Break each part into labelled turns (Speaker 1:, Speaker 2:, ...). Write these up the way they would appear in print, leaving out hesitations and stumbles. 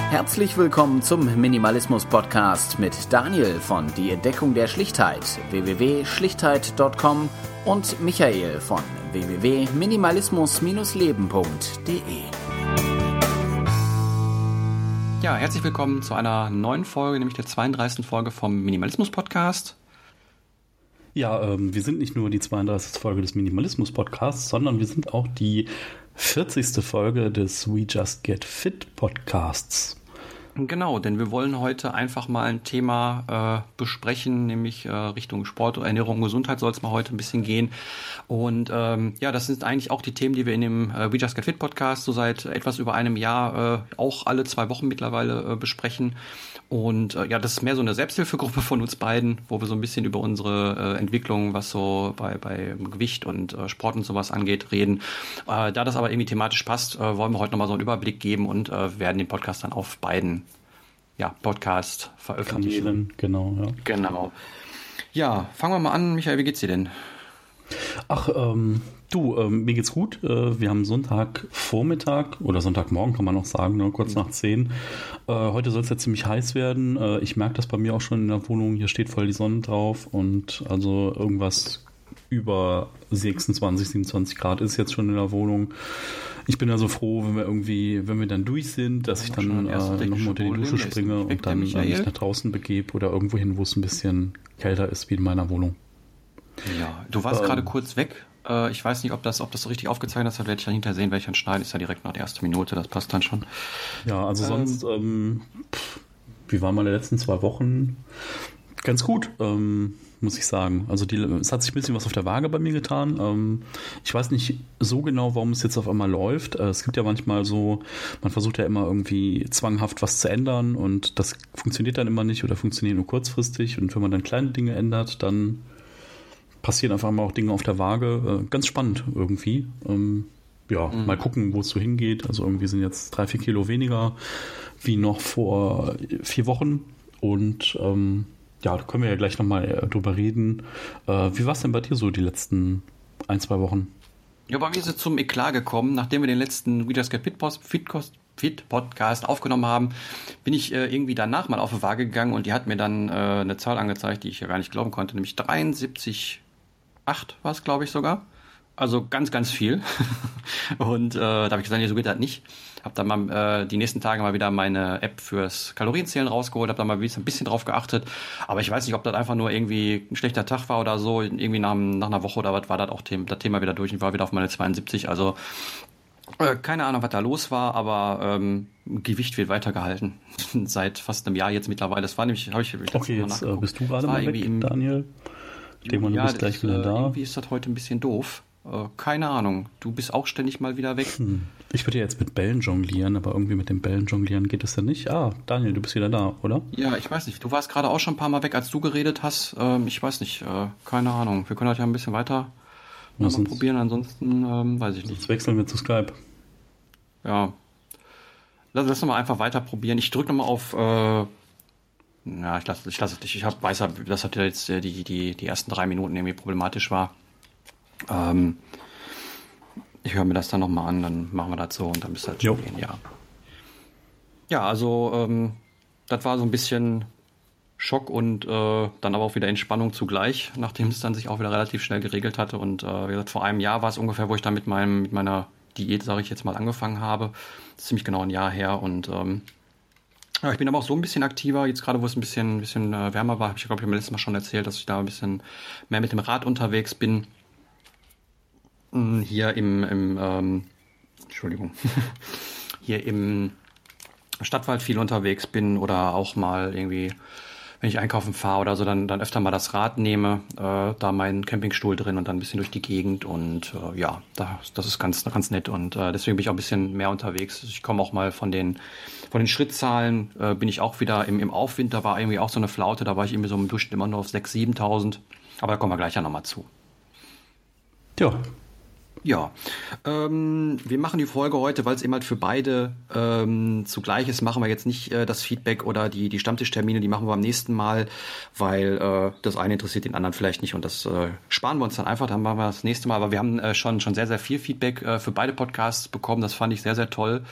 Speaker 1: Herzlich willkommen zum Minimalismus-Podcast mit Daniel von Die Entdeckung der Schlichtheit www.schlichtheit.com und Michael von www.minimalismus-leben.de.
Speaker 2: Ja, herzlich willkommen zu einer neuen Folge, nämlich der 32. Folge vom Minimalismus-Podcast.
Speaker 3: Ja, wir sind nicht nur die 32. Folge des Minimalismus-Podcasts, sondern wir sind auch die 40. Folge des We Just Get Fit Podcasts.
Speaker 2: Genau, denn wir wollen heute einfach mal ein Thema besprechen, nämlich Richtung Sport, Ernährung und Gesundheit soll es mal heute ein bisschen gehen. Und ja, das sind eigentlich auch die Themen, die wir in dem We Just Get Fit Podcast so seit etwas über einem Jahr auch alle 2 Wochen mittlerweile besprechen. Und ja, das ist mehr so eine Selbsthilfegruppe von uns beiden, wo wir so ein bisschen über unsere Entwicklung, was so bei Gewicht und Sport und sowas angeht, reden. Da das aber irgendwie thematisch passt, wollen wir heute nochmal so einen Überblick geben und werden den Podcast dann auf beiden Podcast veröffentlichen.
Speaker 3: Kanälen, genau, ja.
Speaker 2: Genau. Ja, fangen wir mal an. Michael, wie geht's dir denn?
Speaker 3: Ach, mir geht's gut. Wir haben Sonntagvormittag oder Sonntagmorgen, kann man noch sagen, ne, kurz nach 10. Heute soll es ja ziemlich heiß werden. Ich merke das bei mir auch schon in der Wohnung. Hier steht voll die Sonne drauf und also irgendwas über 26, 27 Grad ist jetzt schon in der Wohnung. Ich bin also froh, wenn wir dann durch sind, dass ich dann nochmal unter die Dusche springe und dann mich nach draußen begebe oder irgendwo hin, wo es ein bisschen kälter ist wie in meiner Wohnung.
Speaker 2: Ja, du warst gerade kurz weg. Ich weiß nicht, ob das so richtig aufgezeichnet ist, da werde ich dann hinterher sehen, welchen schneiden. Ist ja direkt nach der ersten Minute, das passt dann schon.
Speaker 3: Ja, also sonst, wie waren meine letzten 2 Wochen? Ganz gut, muss ich sagen. Also es hat sich ein bisschen was auf der Waage bei mir getan. Ich weiß nicht so genau, warum es jetzt auf einmal läuft. Es gibt ja manchmal so, man versucht ja immer irgendwie zwanghaft was zu ändern und das funktioniert dann immer nicht oder funktioniert nur kurzfristig. Und wenn man dann kleine Dinge ändert, dann passieren einfach mal auch Dinge auf der Waage. Ganz spannend irgendwie. Mal gucken, wo es so hingeht. Also irgendwie sind jetzt 3-4 Kilo weniger wie noch vor 4 Wochen. Und da können wir ja gleich nochmal drüber reden. Wie war es denn bei dir so die letzten 1-2 Wochen?
Speaker 2: Ja, bei mir ist es zum Eklat gekommen. Nachdem wir den letzten We Just Get Fit Podcast aufgenommen haben, bin ich irgendwie danach mal auf die Waage gegangen und die hat mir dann eine Zahl angezeigt, die ich ja gar nicht glauben konnte, nämlich 73,8 war es, glaube ich, sogar. Also ganz, ganz viel. Und da habe ich gesagt, nee, so geht das nicht. Habe dann mal die nächsten Tage mal wieder meine App fürs Kalorienzählen rausgeholt, habe dann mal ein bisschen drauf geachtet. Aber ich weiß nicht, ob das einfach nur irgendwie ein schlechter Tag war oder so. Irgendwie nach einer Woche oder was war das auch das Thema wieder durch und war wieder auf meine 72. Also keine Ahnung, was da los war, aber Gewicht wird weitergehalten. Seit fast einem Jahr jetzt mittlerweile. Das war nämlich,
Speaker 3: okay, jetzt bist du gerade mal weg, Daniel. Ich denke mal, du bist gleich wieder da.
Speaker 2: Irgendwie ist das heute ein bisschen doof. Keine Ahnung. Du bist auch ständig mal wieder weg.
Speaker 3: Ich würde ja jetzt mit Bällen jonglieren, aber irgendwie mit dem Bällen jonglieren geht es ja nicht. Ah, Daniel, du bist wieder da, oder?
Speaker 2: Ja, ich weiß nicht. Du warst gerade auch schon ein paar Mal weg, als du geredet hast. Ich weiß nicht. Keine Ahnung. Wir können das ja ein bisschen weiter mal probieren. Ansonsten weiß ich nicht.
Speaker 3: Jetzt wechseln wir zu Skype.
Speaker 2: Ja. Lass uns mal einfach weiter probieren. Ich drücke nochmal auf... ich lasse es dich. Ich weiß ja, dass das jetzt die ersten 3 Minuten irgendwie problematisch war. Ich höre mir das dann nochmal an, dann machen wir das so und dann müsste halt schon gehen, ja. Ja, also das war so ein bisschen Schock und dann aber auch wieder Entspannung zugleich, nachdem es dann sich auch wieder relativ schnell geregelt hatte. Und wie gesagt, vor einem Jahr war es ungefähr, wo ich dann mit meiner Diät, sage ich jetzt mal, angefangen habe. Das ist ziemlich genau ein Jahr her und ich bin aber auch so ein bisschen aktiver, jetzt gerade wo es ein bisschen wärmer war, habe ich glaube ich beim letzten Mal schon erzählt, dass ich da ein bisschen mehr mit dem Rad unterwegs bin. Hier hier im Stadtwald viel unterwegs bin oder auch mal irgendwie, wenn ich einkaufen fahre oder so, dann öfter mal das Rad nehme, da meinen Campingstuhl drin und dann ein bisschen durch die Gegend und das ist ganz, ganz nett und deswegen bin ich auch ein bisschen mehr unterwegs. Ich komme auch mal von den Schrittzahlen, bin ich auch wieder im Aufwind, da war irgendwie auch so eine Flaute, da war ich irgendwie so im Durchschnitt immer nur auf 6.000, 7.000, aber da kommen wir gleich ja nochmal zu.
Speaker 3: Ja.
Speaker 2: Ja, wir machen die Folge heute, weil es eben halt für beide zugleich ist, machen wir jetzt nicht das Feedback oder die Stammtischtermine, die machen wir beim nächsten Mal, weil das eine interessiert den anderen vielleicht nicht und das sparen wir uns dann einfach, dann machen wir das nächste Mal. Aber wir haben schon sehr, sehr viel Feedback für beide Podcasts bekommen, das fand ich sehr, sehr toll.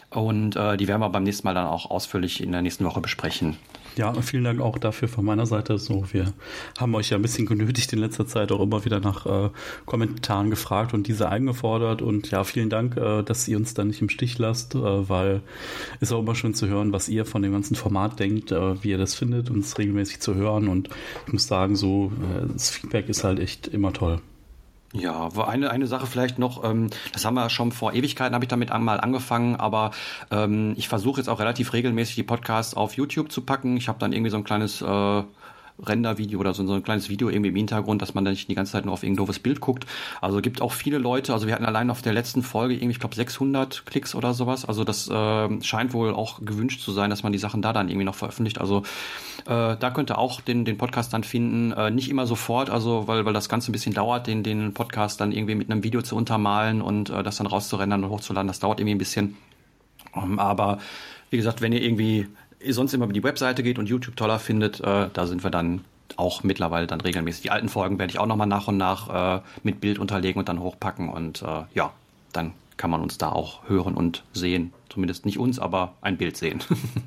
Speaker 2: Und die werden wir beim nächsten Mal dann auch ausführlich in der nächsten Woche besprechen.
Speaker 3: Ja, vielen Dank auch dafür von meiner Seite. So, wir haben euch ja ein bisschen genötigt in letzter Zeit auch immer wieder nach Kommentaren gefragt und diese eingefordert. Und ja, vielen Dank, dass ihr uns da nicht im Stich lasst, weil es ist auch immer schön zu hören, was ihr von dem ganzen Format denkt, wie ihr das findet, uns regelmäßig zu hören. Und ich muss sagen, so das Feedback ist halt echt immer toll.
Speaker 2: Ja, eine Sache vielleicht noch, das haben wir schon vor Ewigkeiten, habe ich damit einmal angefangen, aber ich versuche jetzt auch relativ regelmäßig die Podcasts auf YouTube zu packen. Ich habe dann irgendwie so ein kleines Render-Video oder so ein kleines Video irgendwie im Hintergrund, dass man da nicht die ganze Zeit nur auf irgendein doofes Bild guckt. Also gibt auch viele Leute, also wir hatten allein auf der letzten Folge irgendwie, ich glaube 600 Klicks oder sowas. Also das scheint wohl auch gewünscht zu sein, dass man die Sachen da dann irgendwie noch veröffentlicht. Also da könnt ihr auch den Podcast dann finden. Nicht immer sofort, also weil das Ganze ein bisschen dauert, den Podcast dann irgendwie mit einem Video zu untermalen und das dann rauszurendern und hochzuladen. Das dauert irgendwie ein bisschen. Aber wie gesagt, wenn ihr irgendwie sonst immer über die Webseite geht und YouTube toller findet, da sind wir dann auch mittlerweile dann regelmäßig. Die alten Folgen werde ich auch nochmal nach und nach mit Bild unterlegen und dann hochpacken und ja, dann kann man uns da auch hören und sehen. Zumindest nicht uns, aber ein Bild sehen.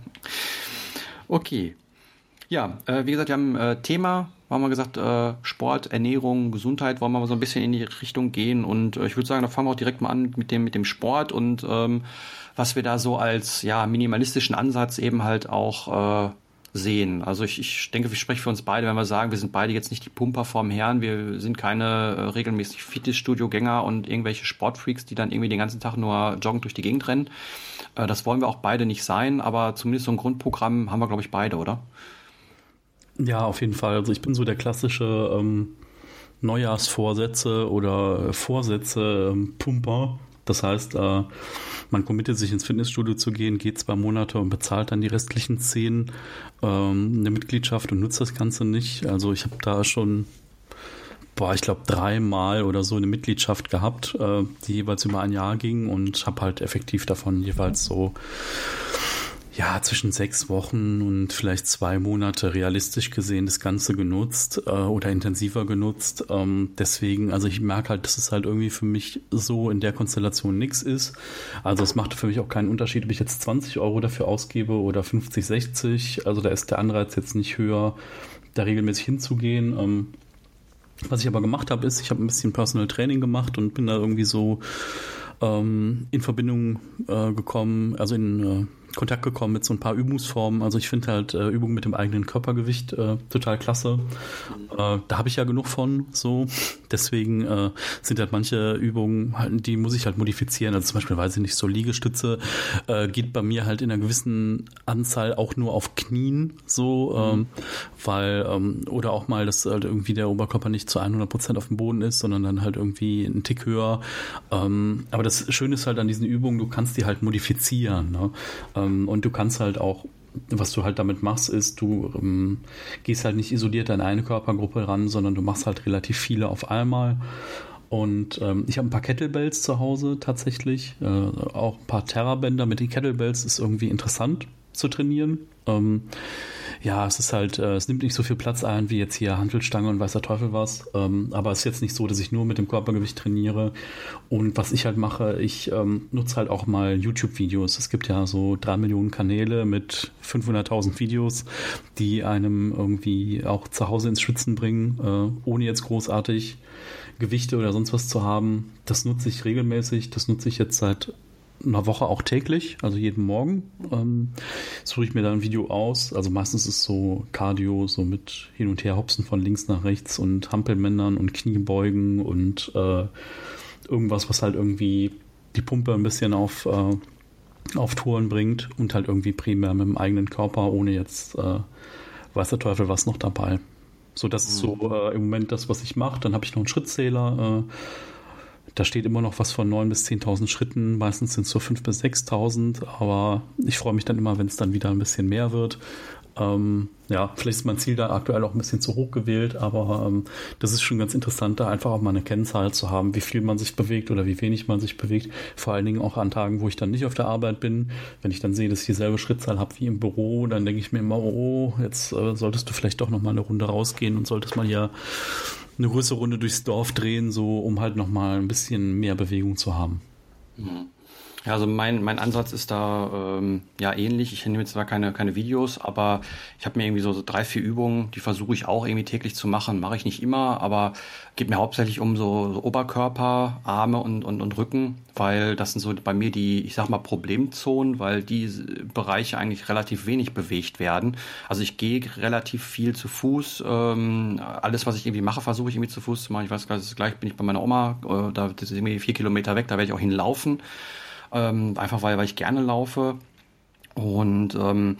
Speaker 2: Okay. Ja, wie gesagt, wir haben Thema, haben wir gesagt, Sport, Ernährung, Gesundheit, wollen wir mal so ein bisschen in die Richtung gehen und ich würde sagen, da fangen wir auch direkt mal an mit dem Sport und was wir da so als minimalistischen Ansatz eben halt auch sehen. Also ich denke, wir sprechen für uns beide, wenn wir sagen, wir sind beide jetzt nicht die Pumper vorm Herrn, wir sind keine regelmäßig Fitnessstudio-Gänger und irgendwelche Sportfreaks, die dann irgendwie den ganzen Tag nur joggend durch die Gegend rennen. Das wollen wir auch beide nicht sein, aber zumindest so ein Grundprogramm haben wir, glaube ich, beide, oder?
Speaker 3: Ja, auf jeden Fall. Also ich bin so der klassische Neujahrsvorsätze oder Vorsätze Pumper. Das heißt, man committet sich ins Fitnessstudio zu gehen, geht 2 Monate und bezahlt dann die restlichen 10 eine Mitgliedschaft und nutzt das Ganze nicht. Also ich habe da schon, ich glaube 3-mal oder so eine Mitgliedschaft gehabt, die jeweils über ein Jahr ging und habe halt effektiv davon jeweils so zwischen 6 Wochen und vielleicht 2 Monate realistisch gesehen das Ganze genutzt oder intensiver genutzt. Deswegen, also ich merke halt, dass es halt irgendwie für mich so in der Konstellation nichts ist. Also es macht für mich auch keinen Unterschied, ob ich jetzt 20 € dafür ausgebe oder 50, 60. Also da ist der Anreiz jetzt nicht höher, da regelmäßig hinzugehen. Was ich aber gemacht habe, ist, ich habe ein bisschen Personal Training gemacht und bin da irgendwie so in Verbindung gekommen, also in Kontakt gekommen mit so ein paar Übungsformen. Also ich finde halt Übungen mit dem eigenen Körpergewicht total klasse. Da habe ich ja genug von, so. Deswegen sind halt manche Übungen, die muss ich halt modifizieren. Also zum Beispiel, weiß ich nicht, so Liegestütze geht bei mir halt in einer gewissen Anzahl auch nur auf Knien, so, weil, oder auch mal, dass halt irgendwie der Oberkörper nicht zu 100% auf dem Boden ist, sondern dann halt irgendwie einen Tick höher. Aber das Schöne ist halt an diesen Übungen, du kannst die halt modifizieren, ne? Und du kannst halt auch, was du halt damit machst, ist, du gehst halt nicht isoliert an eine Körpergruppe ran, sondern du machst halt relativ viele auf einmal. Und ich habe ein paar Kettlebells zu Hause tatsächlich, auch ein paar Terra-Bänder. Mit den Kettlebells ist irgendwie interessant zu trainieren. Es ist halt, es nimmt nicht so viel Platz ein wie jetzt hier Hantelstange und weiß der Teufel was. Aber es ist jetzt nicht so, dass ich nur mit dem Körpergewicht trainiere. Und was ich halt mache, ich nutze halt auch mal YouTube-Videos. Es gibt ja so 3 Millionen Kanäle mit 500.000 Videos, die einem irgendwie auch zu Hause ins Schwitzen bringen, ohne jetzt großartig Gewichte oder sonst was zu haben. Das nutze ich regelmäßig. Das nutze ich jetzt seit einer Woche auch täglich, also jeden Morgen. Suche ich mir da ein Video aus. Also meistens ist es so Cardio, so mit hin und her hopsen von links nach rechts und Hampelmännern und Kniebeugen und irgendwas, was halt irgendwie die Pumpe ein bisschen auf Touren bringt und halt irgendwie primär mit dem eigenen Körper, ohne jetzt weiß der Teufel was noch dabei. So, das ist so im Moment das, was ich mache. Dann habe ich noch einen Schrittzähler. Da steht immer noch was von 9.000 bis 10.000 Schritten. Meistens sind es so 5.000 bis 6.000. Aber ich freue mich dann immer, wenn es dann wieder ein bisschen mehr wird. Vielleicht ist mein Ziel da aktuell auch ein bisschen zu hoch gewählt. Aber das ist schon ganz interessant, da einfach auch mal eine Kennzahl zu haben, wie viel man sich bewegt oder wie wenig man sich bewegt. Vor allen Dingen auch an Tagen, wo ich dann nicht auf der Arbeit bin. Wenn ich dann sehe, dass ich dieselbe Schrittzahl habe wie im Büro, dann denke ich mir immer, jetzt solltest du vielleicht doch noch mal eine Runde rausgehen und solltest mal hier eine größere Runde durchs Dorf drehen, so um halt nochmal ein bisschen mehr Bewegung zu haben.
Speaker 2: Ja, also mein Ansatz ist da ja ähnlich. Ich nehme jetzt zwar keine Videos, aber ich habe mir irgendwie so 3-4 Übungen, die versuche ich auch irgendwie täglich zu machen. Mache ich nicht immer, aber geht mir hauptsächlich um so Oberkörper, Arme und Rücken, weil das sind so bei mir die, ich sag mal, Problemzonen, weil die Bereiche eigentlich relativ wenig bewegt werden. Also ich gehe relativ viel zu Fuß. Alles, was ich irgendwie mache, versuche ich irgendwie zu Fuß zu machen. Ich weiß gar nicht, gleich bin ich bei meiner Oma, das ist irgendwie 4 Kilometer weg, da werde ich auch hinlaufen. Einfach weil ich gerne laufe. Und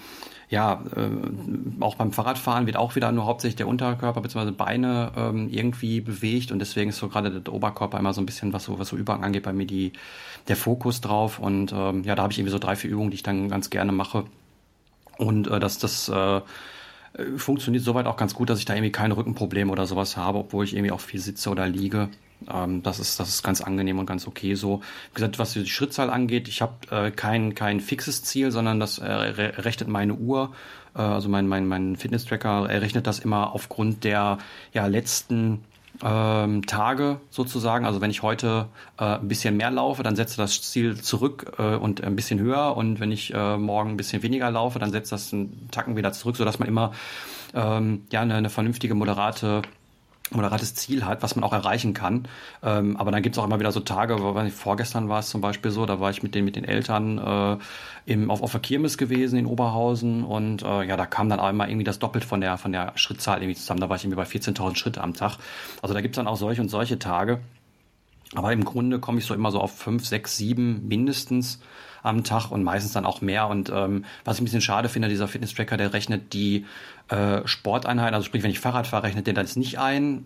Speaker 2: auch beim Fahrradfahren wird auch wieder nur hauptsächlich der Unterkörper bzw. Beine irgendwie bewegt, und deswegen ist so gerade der Oberkörper immer so ein bisschen, was so Übungen angeht, bei mir der Fokus drauf. Und da habe ich irgendwie so 3-4 Übungen, die ich dann ganz gerne mache. Und das funktioniert soweit auch ganz gut, dass ich da irgendwie keine Rückenprobleme oder sowas habe, obwohl ich irgendwie auch viel sitze oder liege. Das ist ganz angenehm und ganz okay so. Wie gesagt, was die Schrittzahl angeht, ich habe kein fixes Ziel, sondern das rechnet meine Uhr, also mein Fitness-Tracker errechnet das immer aufgrund der letzten Tage sozusagen. Also wenn ich heute ein bisschen mehr laufe, dann setze das Ziel zurück und ein bisschen höher, und wenn ich morgen ein bisschen weniger laufe, dann setze das einen Tacken wieder zurück, sodass man immer eine vernünftige moderates Ziel hat, was man auch erreichen kann. Aber dann gibt's auch immer wieder so Tage, vorgestern war es zum Beispiel so, da war ich mit den Eltern auf der Kirmes gewesen in Oberhausen, und da kam dann einmal irgendwie das Doppelt von der Schrittzahl irgendwie zusammen. Da war ich irgendwie bei 14.000 Schritte am Tag. Also da gibt's dann auch solche und solche Tage. Aber im Grunde komme ich so immer so auf 5, 6, 7 mindestens am Tag und meistens dann auch mehr. Und was ich ein bisschen schade finde, dieser Fitness-Tracker, der rechnet die Sporteinheiten, also sprich, wenn ich Fahrrad fahre, rechnet der das nicht ein.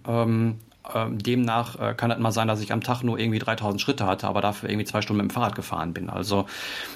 Speaker 2: Demnach kann es mal sein, dass ich am Tag nur irgendwie 3.000 Schritte hatte, aber dafür irgendwie 2 Stunden mit dem Fahrrad gefahren bin. Also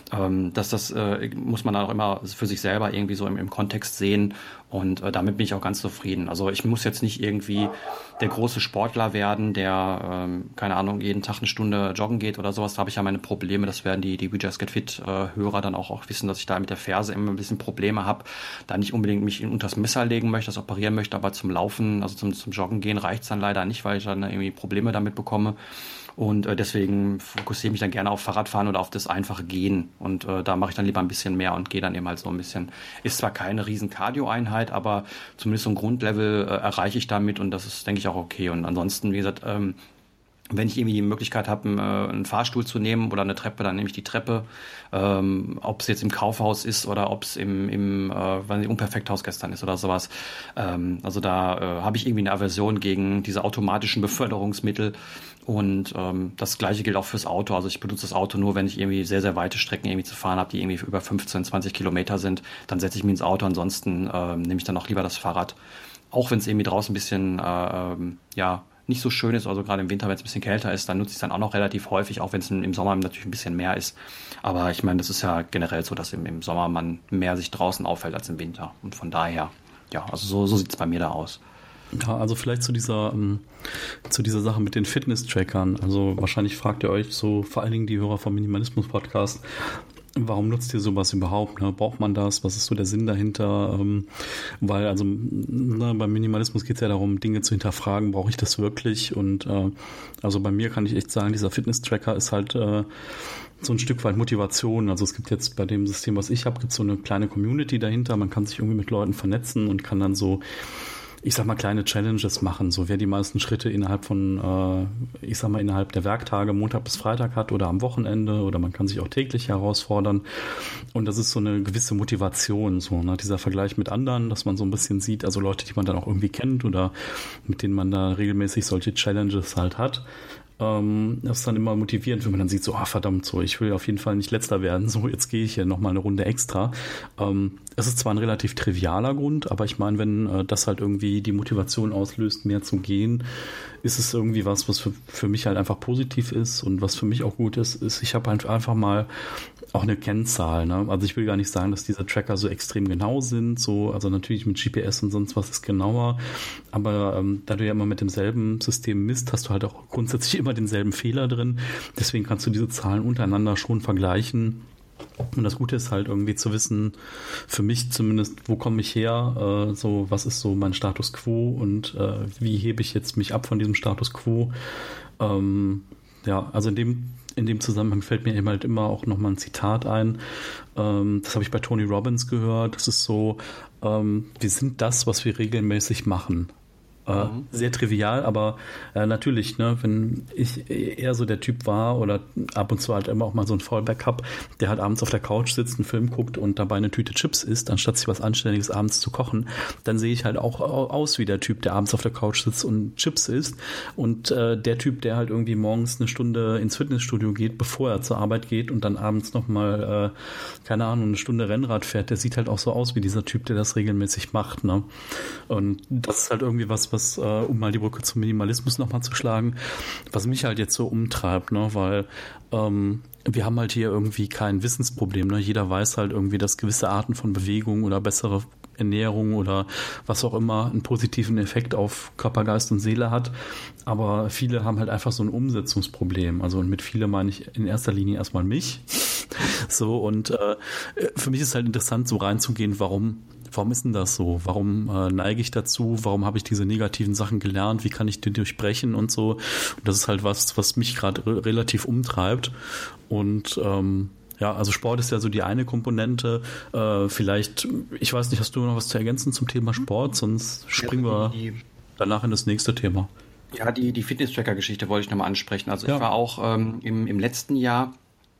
Speaker 2: das muss man dann auch immer für sich selber irgendwie so im Kontext sehen, und damit bin ich auch ganz zufrieden. Also ich muss jetzt nicht irgendwie der große Sportler werden, der, keine Ahnung, jeden Tag 1 Stunde joggen geht oder sowas. Da habe ich ja meine Probleme. Das werden die We Just Get Fit Hörer dann auch wissen, dass ich da mit der Ferse immer ein bisschen Probleme habe. Da nicht unbedingt mich unters Messer legen möchte, das operieren möchte, aber zum Laufen, also zum Joggen gehen reicht's dann leider nicht, weil ich dann irgendwie Probleme damit bekomme. Und deswegen fokussiere ich mich dann gerne auf Fahrradfahren oder auf das einfache Gehen. Und da mache ich dann lieber ein bisschen mehr und gehe dann eben halt so ein bisschen. Ist zwar keine riesen Cardio-Einheit, aber zumindest so ein Grundlevel erreiche ich damit, und das ist, denke ich, auch okay. Und ansonsten, wie gesagt, wenn ich irgendwie die Möglichkeit habe, einen Fahrstuhl zu nehmen oder eine Treppe, dann nehme ich die Treppe. Ob es jetzt im Kaufhaus ist oder ob es im Unperfekthaus gestern ist oder sowas. Also da habe ich irgendwie eine Aversion gegen diese automatischen Beförderungsmittel. Und das Gleiche gilt auch fürs Auto. Also ich benutze das Auto nur, wenn ich irgendwie sehr, sehr weite Strecken irgendwie zu fahren habe, die irgendwie über 15, 20 Kilometer sind. Dann setze ich mich ins Auto. Ansonsten nehme ich dann auch lieber das Fahrrad. Auch wenn es irgendwie draußen ein bisschen nicht so schön ist, also gerade im Winter, wenn es ein bisschen kälter ist, dann nutze ich es dann auch noch relativ häufig, auch wenn es im Sommer natürlich ein bisschen mehr ist. Aber ich meine, das ist ja generell so, dass im Sommer man mehr sich draußen aufhält als im Winter. Und von daher, ja, also so sieht es bei mir da aus.
Speaker 3: Ja, also vielleicht zu dieser Sache mit den Fitness-Trackern. Also wahrscheinlich fragt ihr euch so, vor allen Dingen die Hörer vom Minimalismus-Podcast, warum nutzt ihr sowas überhaupt? Ne? Braucht man das? Was ist so der Sinn dahinter? Weil also beim Minimalismus geht es ja darum, Dinge zu hinterfragen, brauche ich das wirklich? Und also bei mir kann ich echt sagen, dieser Fitness-Tracker ist halt so ein Stück weit Motivation. Also es gibt jetzt bei dem System, was ich habe, gibt es so eine kleine Community dahinter. Man kann sich irgendwie mit Leuten vernetzen und kann dann so, ich sag mal, kleine Challenges machen, so wer die meisten Schritte innerhalb von, innerhalb der Werktage, Montag bis Freitag hat oder am Wochenende, oder man kann sich auch täglich herausfordern. Und das ist so eine gewisse Motivation, so, ne? Dieser Vergleich mit anderen, dass man so ein bisschen sieht, also Leute, die man dann auch irgendwie kennt oder mit denen man da regelmäßig solche Challenges halt hat. Das ist dann immer motivierend, wenn man dann sieht, so, verdammt, so, ich will auf jeden Fall nicht Letzter werden, so, jetzt gehe ich hier nochmal eine Runde extra. Es ist zwar ein relativ trivialer Grund, aber ich meine, wenn das halt irgendwie die Motivation auslöst, mehr zu gehen, ist es irgendwie was für mich halt einfach positiv ist, und was für mich auch gut ist, ich habe halt einfach mal auch eine Kennzahl, ne? Also ich will gar nicht sagen, dass diese Tracker so extrem genau sind, so, also natürlich mit GPS und sonst was ist genauer, aber da du ja immer mit demselben System misst, hast du halt auch grundsätzlich immer denselben Fehler drin, deswegen kannst du diese Zahlen untereinander schon vergleichen. Und das Gute ist halt irgendwie zu wissen, für mich zumindest, wo komme ich her, so, was ist so mein Status Quo, und wie hebe ich jetzt mich ab von diesem Status Quo. Also in in dem Zusammenhang fällt mir eben halt immer auch nochmal ein Zitat ein. Das habe ich bei Tony Robbins gehört. Das ist so, wir sind das, was wir regelmäßig machen. Sehr trivial, aber natürlich, ne, wenn ich eher so der Typ war oder ab und zu halt immer auch mal so ein Fallback habe, der halt abends auf der Couch sitzt, einen Film guckt und dabei eine Tüte Chips isst, anstatt sich was Anständiges abends zu kochen, dann sehe ich halt auch aus wie der Typ, der abends auf der Couch sitzt und Chips isst, und der Typ, der halt irgendwie morgens eine Stunde ins Fitnessstudio geht, bevor er zur Arbeit geht und dann abends nochmal, keine Ahnung, eine Stunde Rennrad fährt, der sieht halt auch so aus wie dieser Typ, der das regelmäßig macht, ne? Und das ist halt irgendwie was, um mal die Brücke zum Minimalismus nochmal zu schlagen, was mich halt jetzt so umtreibt, ne, weil wir haben halt hier irgendwie kein Wissensproblem, ne? Jeder weiß halt irgendwie, dass gewisse Arten von Bewegung oder bessere Ernährung oder was auch immer einen positiven Effekt auf Körper, Geist und Seele hat, aber viele haben halt einfach so ein Umsetzungsproblem, also und mit viele meine ich in erster Linie erstmal mich, so, und für mich ist halt interessant, so reinzugehen, warum ist denn das so? Warum neige ich dazu? Warum habe ich diese negativen Sachen gelernt? Wie kann ich die durchbrechen und so? Und das ist halt was mich gerade relativ umtreibt. Und ja, also Sport ist ja so die eine Komponente. Vielleicht, ich weiß nicht, hast du noch was zu ergänzen zum Thema Sport? Sonst springen wir danach in das nächste Thema.
Speaker 2: Ja, die Fitness-Tracker-Geschichte wollte ich nochmal ansprechen. Also ich war auch im letzten Jahr,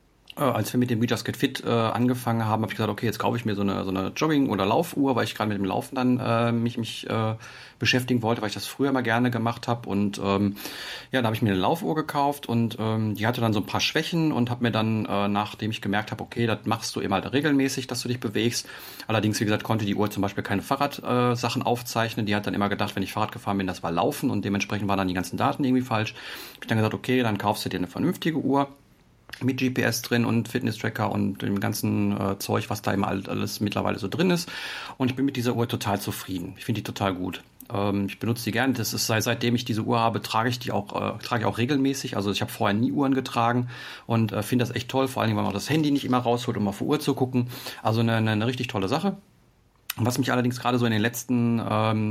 Speaker 2: als wir mit dem We Just Get Fit angefangen haben, habe ich gesagt, okay, jetzt kaufe ich mir so eine Jogging- oder Laufuhr, weil ich gerade mit dem Laufen dann mich beschäftigen wollte, weil ich das früher mal gerne gemacht habe. Und ja, da habe ich mir eine Laufuhr gekauft und die hatte dann so ein paar Schwächen und habe mir dann, nachdem ich gemerkt habe, okay, das machst du immer halt regelmäßig, dass du dich bewegst. Allerdings, wie gesagt, konnte die Uhr zum Beispiel keine Fahrradsachen aufzeichnen. Die hat dann immer gedacht, wenn ich Fahrrad gefahren bin, das war Laufen, und dementsprechend waren dann die ganzen Daten irgendwie falsch. Hab ich dann gesagt, okay, dann kaufst du dir eine vernünftige Uhr mit GPS drin und Fitness-Tracker und dem ganzen Zeug, was da immer alles mittlerweile so drin ist. Und ich bin mit dieser Uhr total zufrieden. Ich finde die total gut. Ich benutze die gerne. Das ist seitdem ich diese Uhr habe, trage ich auch regelmäßig. Also ich habe vorher nie Uhren getragen und finde das echt toll. Vor allem, weil man auch das Handy nicht immer rausholt, um auf die Uhr zu gucken. Also eine richtig tolle Sache. Was mich allerdings gerade so in den letzten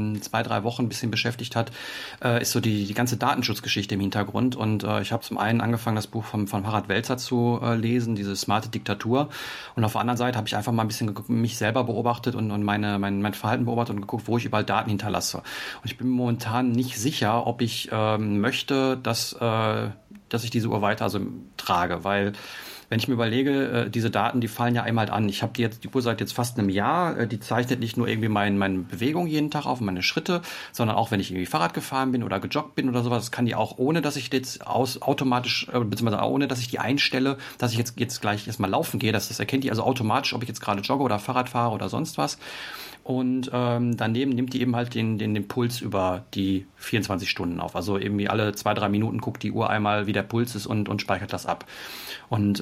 Speaker 2: 2-3 Wochen ein bisschen beschäftigt hat, ist so die ganze Datenschutzgeschichte im Hintergrund. Und ich habe zum einen angefangen, das Buch von Harald Welzer zu lesen, diese smarte Diktatur. Und auf der anderen Seite habe ich einfach mal ein bisschen mich selber beobachtet und mein Verhalten beobachtet und geguckt, wo ich überall Daten hinterlasse. Und ich bin momentan nicht sicher, ob ich möchte, dass ich diese Uhr weiter trage, weil wenn ich mir überlege, diese Daten, die fallen ja einmal halt an. Ich habe die Uhr seit jetzt fast einem Jahr. Die zeichnet nicht nur irgendwie meine Bewegung jeden Tag auf, meine Schritte, sondern auch, wenn ich irgendwie Fahrrad gefahren bin oder gejoggt bin oder sowas. Das kann die auch, ohne dass ich jetzt automatisch, beziehungsweise ohne dass ich die einstelle, dass ich jetzt gleich erstmal laufen gehe. Das erkennt die also automatisch, ob ich jetzt gerade jogge oder Fahrrad fahre oder sonst was. Und daneben nimmt die eben halt den Puls über die 24 Stunden auf. Also irgendwie alle 2-3 Minuten guckt die Uhr einmal, wie der Puls ist und speichert das ab. Und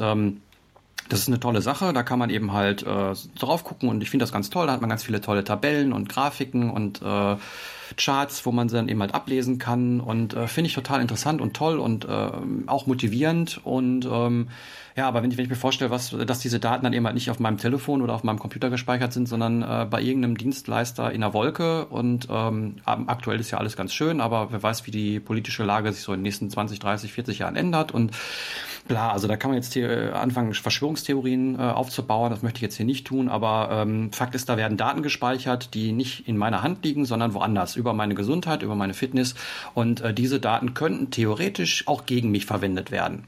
Speaker 2: das ist eine tolle Sache, da kann man eben halt drauf gucken, und ich finde das ganz toll. Da hat man ganz viele tolle Tabellen und Grafiken und Charts, wo man sie dann eben halt ablesen kann, und finde ich total interessant und toll und auch motivierend. Und ja, aber wenn ich mir vorstelle, dass diese Daten dann eben halt nicht auf meinem Telefon oder auf meinem Computer gespeichert sind, sondern bei irgendeinem Dienstleister in der Wolke, und aktuell ist ja alles ganz schön, aber wer weiß, wie die politische Lage sich so in den nächsten 20, 30, 40 Jahren ändert, und klar, also da kann man jetzt hier anfangen, Verschwörungstheorien aufzubauen. Das möchte ich jetzt hier nicht tun, aber Fakt ist, da werden Daten gespeichert, die nicht in meiner Hand liegen, sondern woanders, über meine Gesundheit, über meine Fitness, und diese Daten könnten theoretisch auch gegen mich verwendet werden.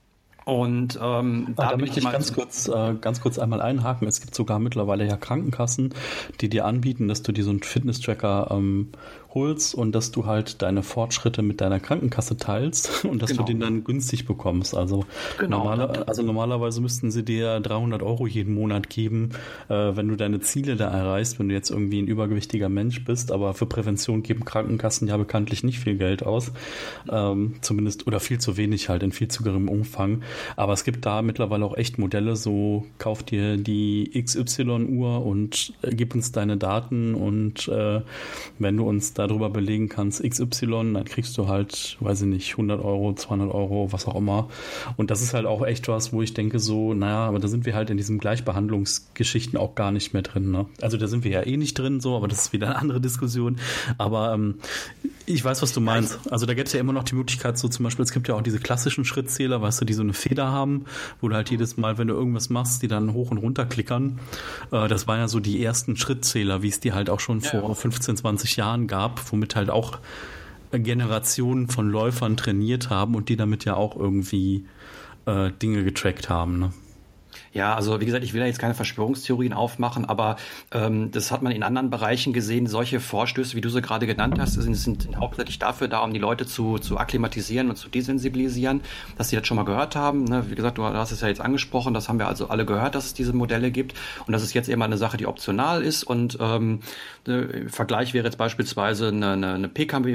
Speaker 2: Und
Speaker 3: da möchte ich ganz kurz einmal einhaken. Es gibt sogar mittlerweile ja Krankenkassen, die dir anbieten, dass du dir so einen Fitness-Tracker holst und dass du halt deine Fortschritte mit deiner Krankenkasse teilst und dass du den dann günstig bekommst. Also, normalerweise müssten sie dir 300 € jeden Monat geben, wenn du deine Ziele da erreichst, wenn du jetzt irgendwie ein übergewichtiger Mensch bist. Aber für Prävention geben Krankenkassen ja bekanntlich nicht viel Geld aus. Zumindest, oder viel zu wenig halt, in viel zu geringem Umfang. Aber es gibt da mittlerweile auch echt Modelle, so kauf dir die XY-Uhr und gib uns deine Daten, und wenn du uns darüber belegen kannst, XY, dann kriegst du halt, weiß ich nicht, 100 €, 200 €, was auch immer. Und das ist halt auch echt was, wo ich denke so, naja, aber da sind wir halt in diesen Gleichbehandlungsgeschichten auch gar nicht mehr drin, ne? Also da sind wir ja eh nicht drin, so, aber das ist wieder eine andere Diskussion. Aber Ich weiß, was du meinst. Also da gibt es ja immer noch die Möglichkeit, so zum Beispiel, es gibt ja auch diese klassischen Schrittzähler, weißt du, die so eine Feder haben, wo du halt jedes Mal, wenn du irgendwas machst, die dann hoch und runter klickern. Das waren ja so die ersten Schrittzähler, wie es die halt auch schon vor 15, 20 Jahren gab, womit halt auch Generationen von Läufern trainiert haben und die damit ja auch irgendwie Dinge getrackt haben, ne?
Speaker 2: Ja, also wie gesagt, ich will da jetzt keine Verschwörungstheorien aufmachen, aber das hat man in anderen Bereichen gesehen. Solche Vorstöße, wie du sie gerade genannt hast, sind hauptsächlich dafür da, um die Leute zu akklimatisieren und zu desensibilisieren, dass sie das schon mal gehört haben. Ne? Wie gesagt, du hast es ja jetzt angesprochen, das haben wir also alle gehört, dass es diese Modelle gibt und das ist jetzt eben eine Sache, die optional ist und Vergleich wäre jetzt beispielsweise eine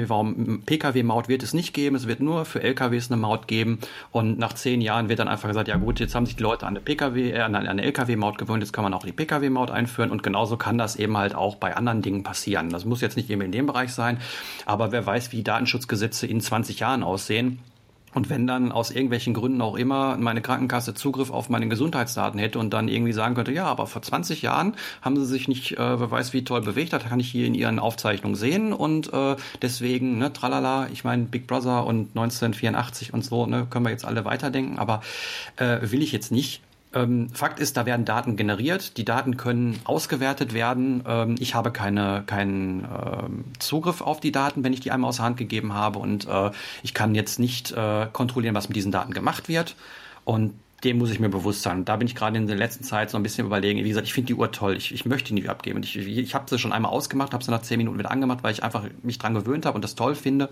Speaker 2: Pkw-Maut wird es nicht geben, es wird nur für LKWs eine Maut geben und nach 10 Jahren wird dann einfach gesagt, ja gut, jetzt haben sich die Leute an eine LKW-Maut gewöhnt, jetzt kann man auch die Pkw-Maut einführen und genauso kann das eben halt auch bei anderen Dingen passieren. Das muss jetzt nicht eben in dem Bereich sein, aber wer weiß, wie Datenschutzgesetze in 20 Jahren aussehen. Und wenn dann aus irgendwelchen Gründen auch immer meine Krankenkasse Zugriff auf meine Gesundheitsdaten hätte und dann irgendwie sagen könnte, ja, aber vor 20 Jahren haben sie sich nicht, wer weiß wie toll bewegt, das kann ich hier in ihren Aufzeichnungen sehen und deswegen, ne, tralala, ich meine Big Brother und 1984 und so, ne, können wir jetzt alle weiterdenken, aber will ich jetzt nicht. Fakt ist, da werden Daten generiert, die Daten können ausgewertet werden. Ich habe keinen Zugriff auf die Daten, wenn ich die einmal aus der Hand gegeben habe und ich kann jetzt nicht kontrollieren, was mit diesen Daten gemacht wird und dem muss ich mir bewusst sein. Und da bin ich gerade in der letzten Zeit so ein bisschen überlegen. Wie gesagt, ich finde die Uhr toll. Ich möchte die nie abgeben. Und ich habe sie schon einmal ausgemacht, habe sie nach 10 Minuten wieder angemacht, weil ich einfach mich dran gewöhnt habe und das toll finde.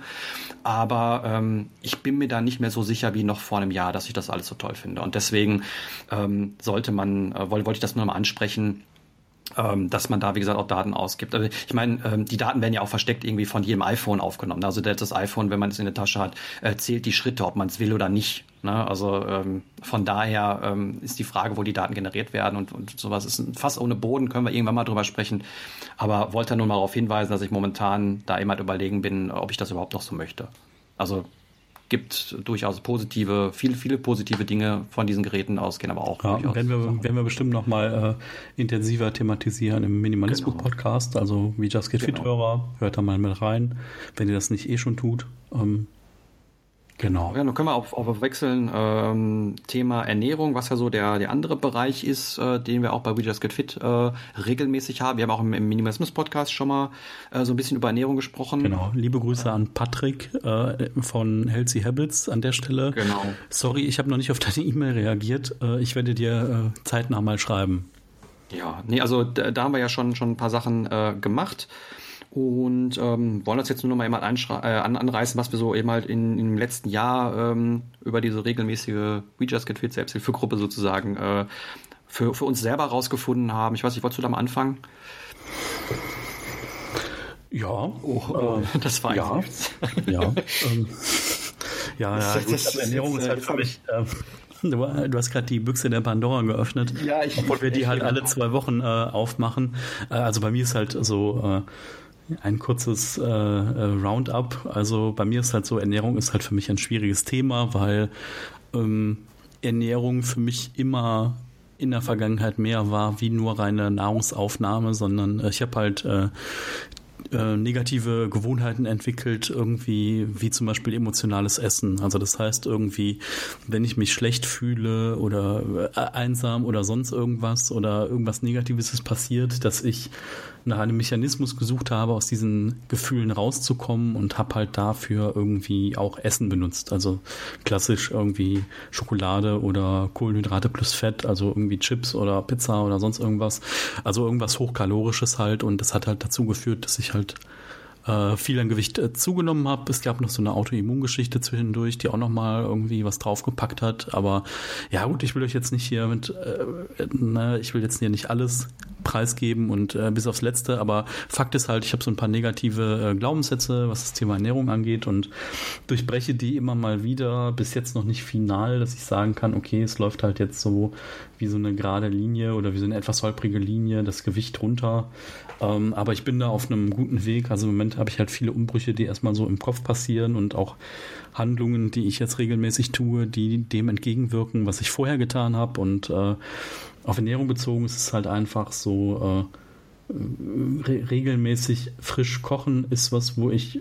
Speaker 2: Aber ich bin mir da nicht mehr so sicher wie noch vor einem Jahr, dass ich das alles so toll finde. Und deswegen wollte ich das nur mal ansprechen, dass man da, wie gesagt, auch Daten ausgibt. Also ich meine, die Daten werden ja auch versteckt irgendwie von jedem iPhone aufgenommen. Also das iPhone, wenn man es in der Tasche hat, zählt die Schritte, ob man es will oder nicht. Ne? Also von daher ist die Frage, wo die Daten generiert werden und sowas ist fast ohne Boden, können wir irgendwann mal drüber sprechen. Aber wollte nur mal darauf hinweisen, dass ich momentan da immer überlegen bin, ob ich das überhaupt noch so möchte. Also gibt durchaus viele positive Dinge von diesen Geräten ausgehen, aber auch durchaus.
Speaker 3: Werden wir bestimmt noch mal intensiver thematisieren im Minimalismus-Podcast, also wie Just Get Fit-Hörer, hört da mal mit rein, wenn ihr das nicht eh schon tut. Genau.
Speaker 2: Ja, dann können wir auf wechseln. Thema Ernährung, was ja so der andere Bereich ist, den wir auch bei We Just Get Fit regelmäßig haben. Wir haben auch im Minimalismus-Podcast schon mal so ein bisschen über Ernährung gesprochen.
Speaker 3: Genau. Liebe Grüße an Patrick von Healthy Habits an der Stelle.
Speaker 2: Genau.
Speaker 3: Sorry, ich habe noch nicht auf deine E-Mail reagiert. Ich werde dir zeitnah mal schreiben.
Speaker 2: Ja, nee, also da haben wir ja schon ein paar Sachen gemacht. Und wollen das jetzt nur noch mal einmal anreißen, was wir so eben halt im letzten Jahr über diese regelmäßige We Just Get Fit Selbsthilfegruppe sozusagen für uns selber rausgefunden haben. Ich weiß nicht, wolltest du da mal anfangen?
Speaker 3: Ja.
Speaker 2: Das war
Speaker 3: ja. Ernährung ist halt für mich... Du hast gerade die Büchse der Pandora geöffnet,
Speaker 2: ja,
Speaker 3: obwohl wir die halt alle 2 Wochen aufmachen. Also bei mir ist halt so... ein kurzes Roundup. Also bei mir ist halt so, Ernährung ist halt für mich ein schwieriges Thema, weil Ernährung für mich immer in der Vergangenheit mehr war wie nur reine Nahrungsaufnahme, sondern ich habe halt negative Gewohnheiten entwickelt, irgendwie wie zum Beispiel emotionales Essen. Also das heißt irgendwie, wenn ich mich schlecht fühle oder einsam oder sonst irgendwas oder irgendwas Negatives ist passiert, dass ich nach einem Mechanismus gesucht habe, aus diesen Gefühlen rauszukommen und habe halt dafür irgendwie auch Essen benutzt. Also klassisch irgendwie Schokolade oder Kohlenhydrate plus Fett, also irgendwie Chips oder Pizza oder sonst irgendwas. Also irgendwas Hochkalorisches halt und das hat halt dazu geführt, dass ich halt viel an Gewicht zugenommen habe. Es gab noch so eine Autoimmungeschichte zwischendurch, die auch nochmal irgendwie was draufgepackt hat. Aber ja gut, ich will euch jetzt nicht hier ich will jetzt hier nicht alles preisgeben und bis aufs Letzte, aber Fakt ist halt, ich habe so ein paar negative Glaubenssätze, was das Thema Ernährung angeht und durchbreche die immer mal wieder, bis jetzt noch nicht final, dass ich sagen kann, okay, es läuft halt jetzt so wie so eine gerade Linie oder wie so eine etwas holprige Linie, das Gewicht runter. Aber ich bin da auf einem guten Weg. Also im Moment habe ich halt viele Umbrüche, die erstmal so im Kopf passieren und auch Handlungen, die ich jetzt regelmäßig tue, die dem entgegenwirken, was ich vorher getan habe. Und auf Ernährung bezogen ist es halt einfach so, regelmäßig frisch kochen ist was, wo ich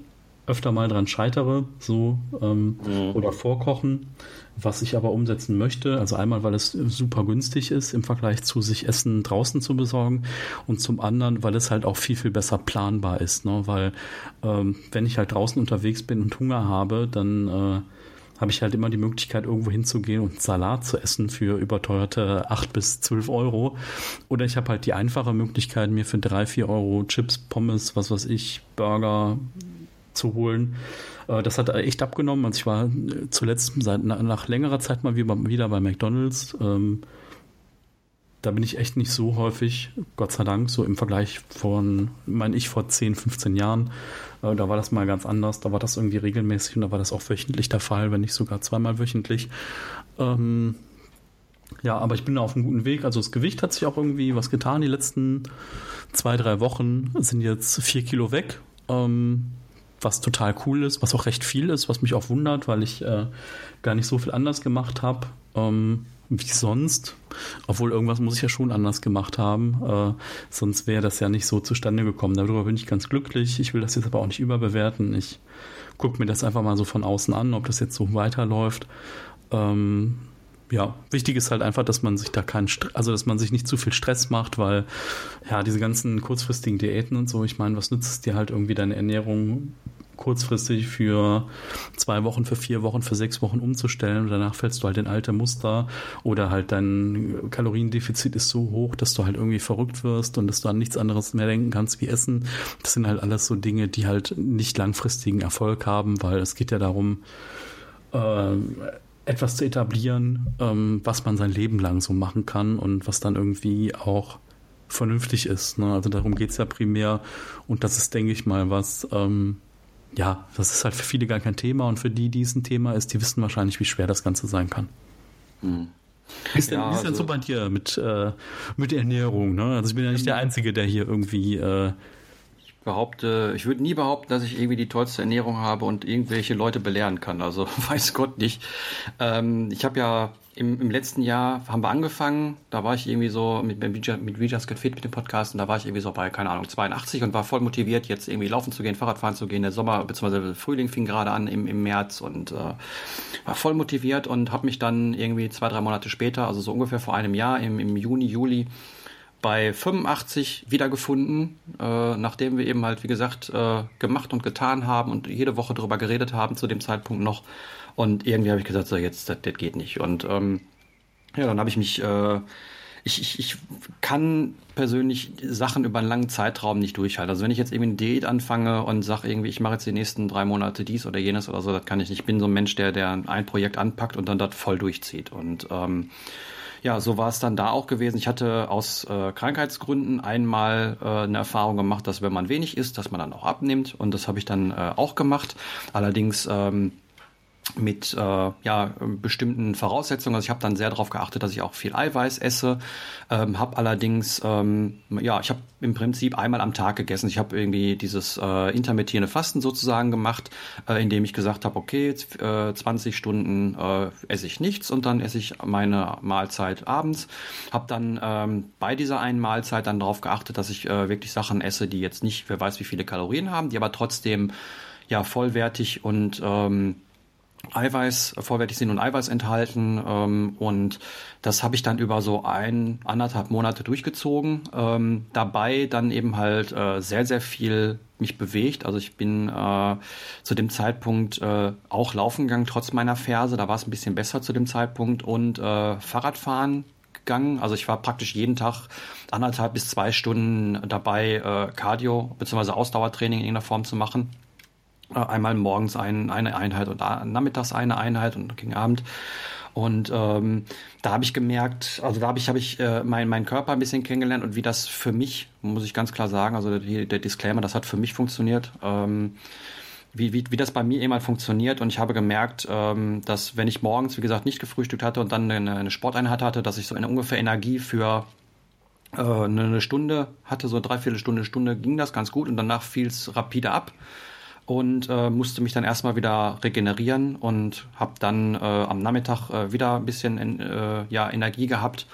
Speaker 3: öfter mal dran scheitere, so oder vorkochen, was ich aber umsetzen möchte. Also einmal, weil es super günstig ist im Vergleich zu sich Essen draußen zu besorgen und zum anderen, weil es halt auch viel, viel besser planbar ist, ne? Weil wenn ich halt draußen unterwegs bin und Hunger habe, dann habe ich halt immer die Möglichkeit, irgendwo hinzugehen und Salat zu essen für überteuerte 8 bis 12 Euro. Oder ich habe halt die einfache Möglichkeit, mir für 3, 4 Euro Chips, Pommes, was weiß ich, Burger zu holen. Das hat echt abgenommen. Also ich war zuletzt nach längerer Zeit mal wieder bei McDonald's. Da bin ich echt nicht so häufig, Gott sei Dank, so im Vergleich von, meine ich, vor 10, 15 Jahren. Da war das mal ganz anders. Da war das irgendwie regelmäßig und da war das auch wöchentlich der Fall, wenn nicht sogar zweimal wöchentlich. Ja, aber ich bin da auf einem guten Weg. Also das Gewicht hat sich auch irgendwie was getan. Die letzten 2, 3 Wochen sind jetzt 4 Kilo weg. Was total cool ist, was auch recht viel ist, was mich auch wundert, weil ich gar nicht so viel anders gemacht habe wie sonst. Obwohl irgendwas muss ich ja schon anders gemacht haben. Sonst wäre das ja nicht so zustande gekommen. Darüber bin ich ganz glücklich. Ich will das jetzt aber auch nicht überbewerten. Ich gucke mir das einfach mal so von außen an, ob das jetzt so weiterläuft. Ja, wichtig ist halt einfach, dass man sich da dass man sich nicht zu viel Stress macht, weil ja, diese ganzen kurzfristigen Diäten und so, ich meine, was nützt es dir halt irgendwie deine Ernährung kurzfristig für 2 Wochen, für 4 Wochen, für 6 Wochen umzustellen und danach fällst du halt in alte Muster oder halt dein Kaloriendefizit ist so hoch, dass du halt irgendwie verrückt wirst und dass du an nichts anderes mehr denken kannst wie Essen. Das sind halt alles so Dinge, die halt nicht langfristigen Erfolg haben, weil es geht ja darum, etwas zu etablieren, was man sein Leben lang so machen kann und was dann irgendwie auch vernünftig ist. Ne? Also darum geht es ja primär und das ist, denke ich mal, was ja, das ist halt für viele gar kein Thema und für die es ein Thema ist, die wissen wahrscheinlich, wie schwer das Ganze sein kann. Wie ist denn so bei dir mit Ernährung? Ne? Also ich bin ja nicht der Einzige, der hier irgendwie
Speaker 2: ich würde nie behaupten, dass ich irgendwie die tollste Ernährung habe und irgendwelche Leute belehren kann. Also weiß Gott nicht. Ich habe ja im letzten Jahr haben wir angefangen, da war ich irgendwie so mit We Just Get Fit mit dem Podcast und da war ich irgendwie so bei, keine Ahnung, 82 und war voll motiviert, jetzt irgendwie laufen zu gehen, Fahrradfahren zu gehen. Der Sommer bzw. der Frühling fing gerade an im März und war voll motiviert und habe mich dann irgendwie 2, 3 Monate später, also so ungefähr vor einem Jahr, im Juni, Juli, bei 85 wiedergefunden, nachdem wir eben halt, wie gesagt, gemacht und getan haben und jede Woche darüber geredet haben zu dem Zeitpunkt noch. Und irgendwie habe ich gesagt, so jetzt, das geht nicht. Und ja, dann habe ich mich, ich kann persönlich Sachen über einen langen Zeitraum nicht durchhalten. Also wenn ich jetzt irgendwie eine Diät anfange und sage irgendwie, ich mache jetzt die nächsten 3 Monate dies oder jenes oder so, das kann ich nicht. Ich bin so ein Mensch, der ein Projekt anpackt und dann das voll durchzieht. Und ja, so war es dann da auch gewesen. Ich hatte aus Krankheitsgründen einmal eine Erfahrung gemacht, dass wenn man wenig isst, dass man dann auch abnimmt. Und das habe ich dann auch gemacht. Allerdings mit bestimmten Voraussetzungen. Also ich habe dann sehr darauf geachtet, dass ich auch viel Eiweiß esse. Habe allerdings, ich habe im Prinzip einmal am Tag gegessen. Ich habe irgendwie dieses intermittierende Fasten sozusagen gemacht, indem ich gesagt habe, okay, 20 Stunden esse ich nichts und dann esse ich meine Mahlzeit abends. Habe dann bei dieser einen Mahlzeit dann darauf geachtet, dass ich wirklich Sachen esse, die jetzt nicht, wer weiß wie viele Kalorien haben, die aber trotzdem ja vollwertig und vollwertig sind und Eiweiß enthalten und das habe ich dann über so 1,5 Monate durchgezogen, dabei dann eben halt sehr, sehr viel mich bewegt, also ich bin zu dem Zeitpunkt auch laufen gegangen, trotz meiner Ferse, da war es ein bisschen besser zu dem Zeitpunkt und Fahrradfahren gegangen, also ich war praktisch jeden Tag 1,5 bis 2 Stunden dabei, Cardio bzw. Ausdauertraining in irgendeiner Form zu machen. Einmal morgens eine Einheit und nachmittags eine Einheit und gegen Abend. Und da habe ich gemerkt, also da habe ich meinen Körper ein bisschen kennengelernt und wie das für mich, muss ich ganz klar sagen, also der Disclaimer, das hat für mich funktioniert, wie das bei mir eben halt funktioniert. Und ich habe gemerkt, dass wenn ich morgens, wie gesagt, nicht gefrühstückt hatte und dann eine Sporteinheit hatte, dass ich so eine ungefähr Energie für eine Stunde hatte, so 3/4 Stunde ging das ganz gut und danach fiel es rapide ab. Und musste mich dann erstmal wieder regenerieren und habe dann am Nachmittag wieder ein bisschen Energie gehabt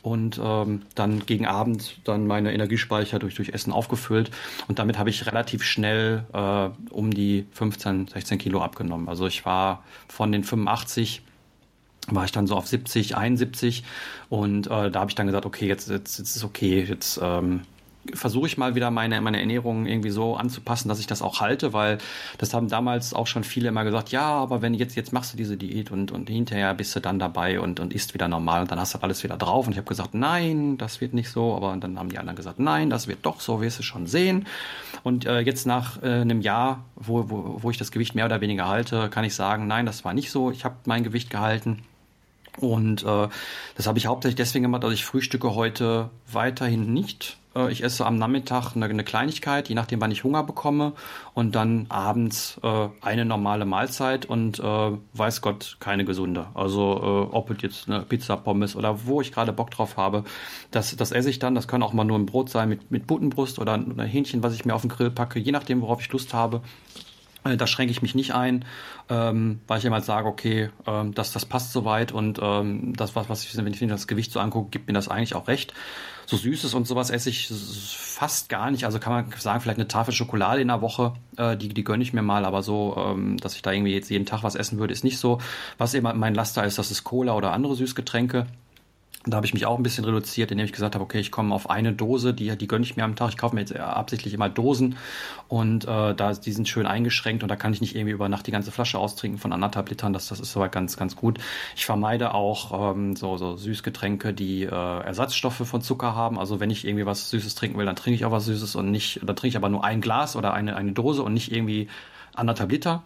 Speaker 2: und dann gegen Abend dann meine Energiespeicher durch Essen aufgefüllt und damit habe ich relativ schnell um die 15, 16 Kilo abgenommen. Also ich war von den 85 war ich dann so auf 70, 71 und da habe ich dann gesagt, okay, jetzt ist okay, jetzt versuche ich mal wieder meine Ernährung irgendwie so anzupassen, dass ich das auch halte, weil das haben damals auch schon viele immer gesagt, ja, aber wenn jetzt machst du diese Diät und hinterher bist du dann dabei und isst wieder normal und dann hast du alles wieder drauf und ich habe gesagt, nein, das wird nicht so, aber dann haben die anderen gesagt, nein, das wird doch so, wirst du schon sehen und jetzt nach einem Jahr, wo ich das Gewicht mehr oder weniger halte, kann ich sagen, nein, das war nicht so, ich habe mein Gewicht gehalten. Und das habe ich hauptsächlich deswegen gemacht, also ich frühstücke heute weiterhin nicht. Ich esse am Nachmittag eine Kleinigkeit, je nachdem, wann ich Hunger bekomme. Und dann abends eine normale Mahlzeit und weiß Gott, keine gesunde. Also ob es jetzt eine Pizza, Pommes oder wo ich gerade Bock drauf habe, das esse ich dann. Das kann auch mal nur ein Brot sein mit Putenbrust oder ein Hähnchen, was ich mir auf den Grill packe, je nachdem, worauf ich Lust habe. Da schränke ich mich nicht ein, weil ich immer sage, okay, das passt soweit und das, was ich, wenn ich mir das Gewicht so angucke, gibt mir das eigentlich auch recht. So Süßes und sowas esse ich fast gar nicht. Also kann man sagen, vielleicht eine Tafel Schokolade in der Woche, die gönne ich mir mal, aber so, dass ich da irgendwie jetzt jeden Tag was essen würde, ist nicht so. Was eben mein Laster ist, das ist Cola oder andere Süßgetränke. Da habe ich mich auch ein bisschen reduziert, indem ich gesagt habe, okay, ich komme auf eine Dose, die gönne ich mir am Tag. Ich kaufe mir jetzt absichtlich immer Dosen und die sind schön eingeschränkt und da kann ich nicht irgendwie über Nacht die ganze Flasche austrinken von 1,5 Litern. Das ist soweit ganz, ganz gut. Ich vermeide auch so Süßgetränke, die Ersatzstoffe von Zucker haben. Also wenn ich irgendwie was Süßes trinken will, dann trinke ich auch was Süßes und nicht, dann trinke ich aber nur ein Glas oder eine Dose und nicht irgendwie 1,5 Liter.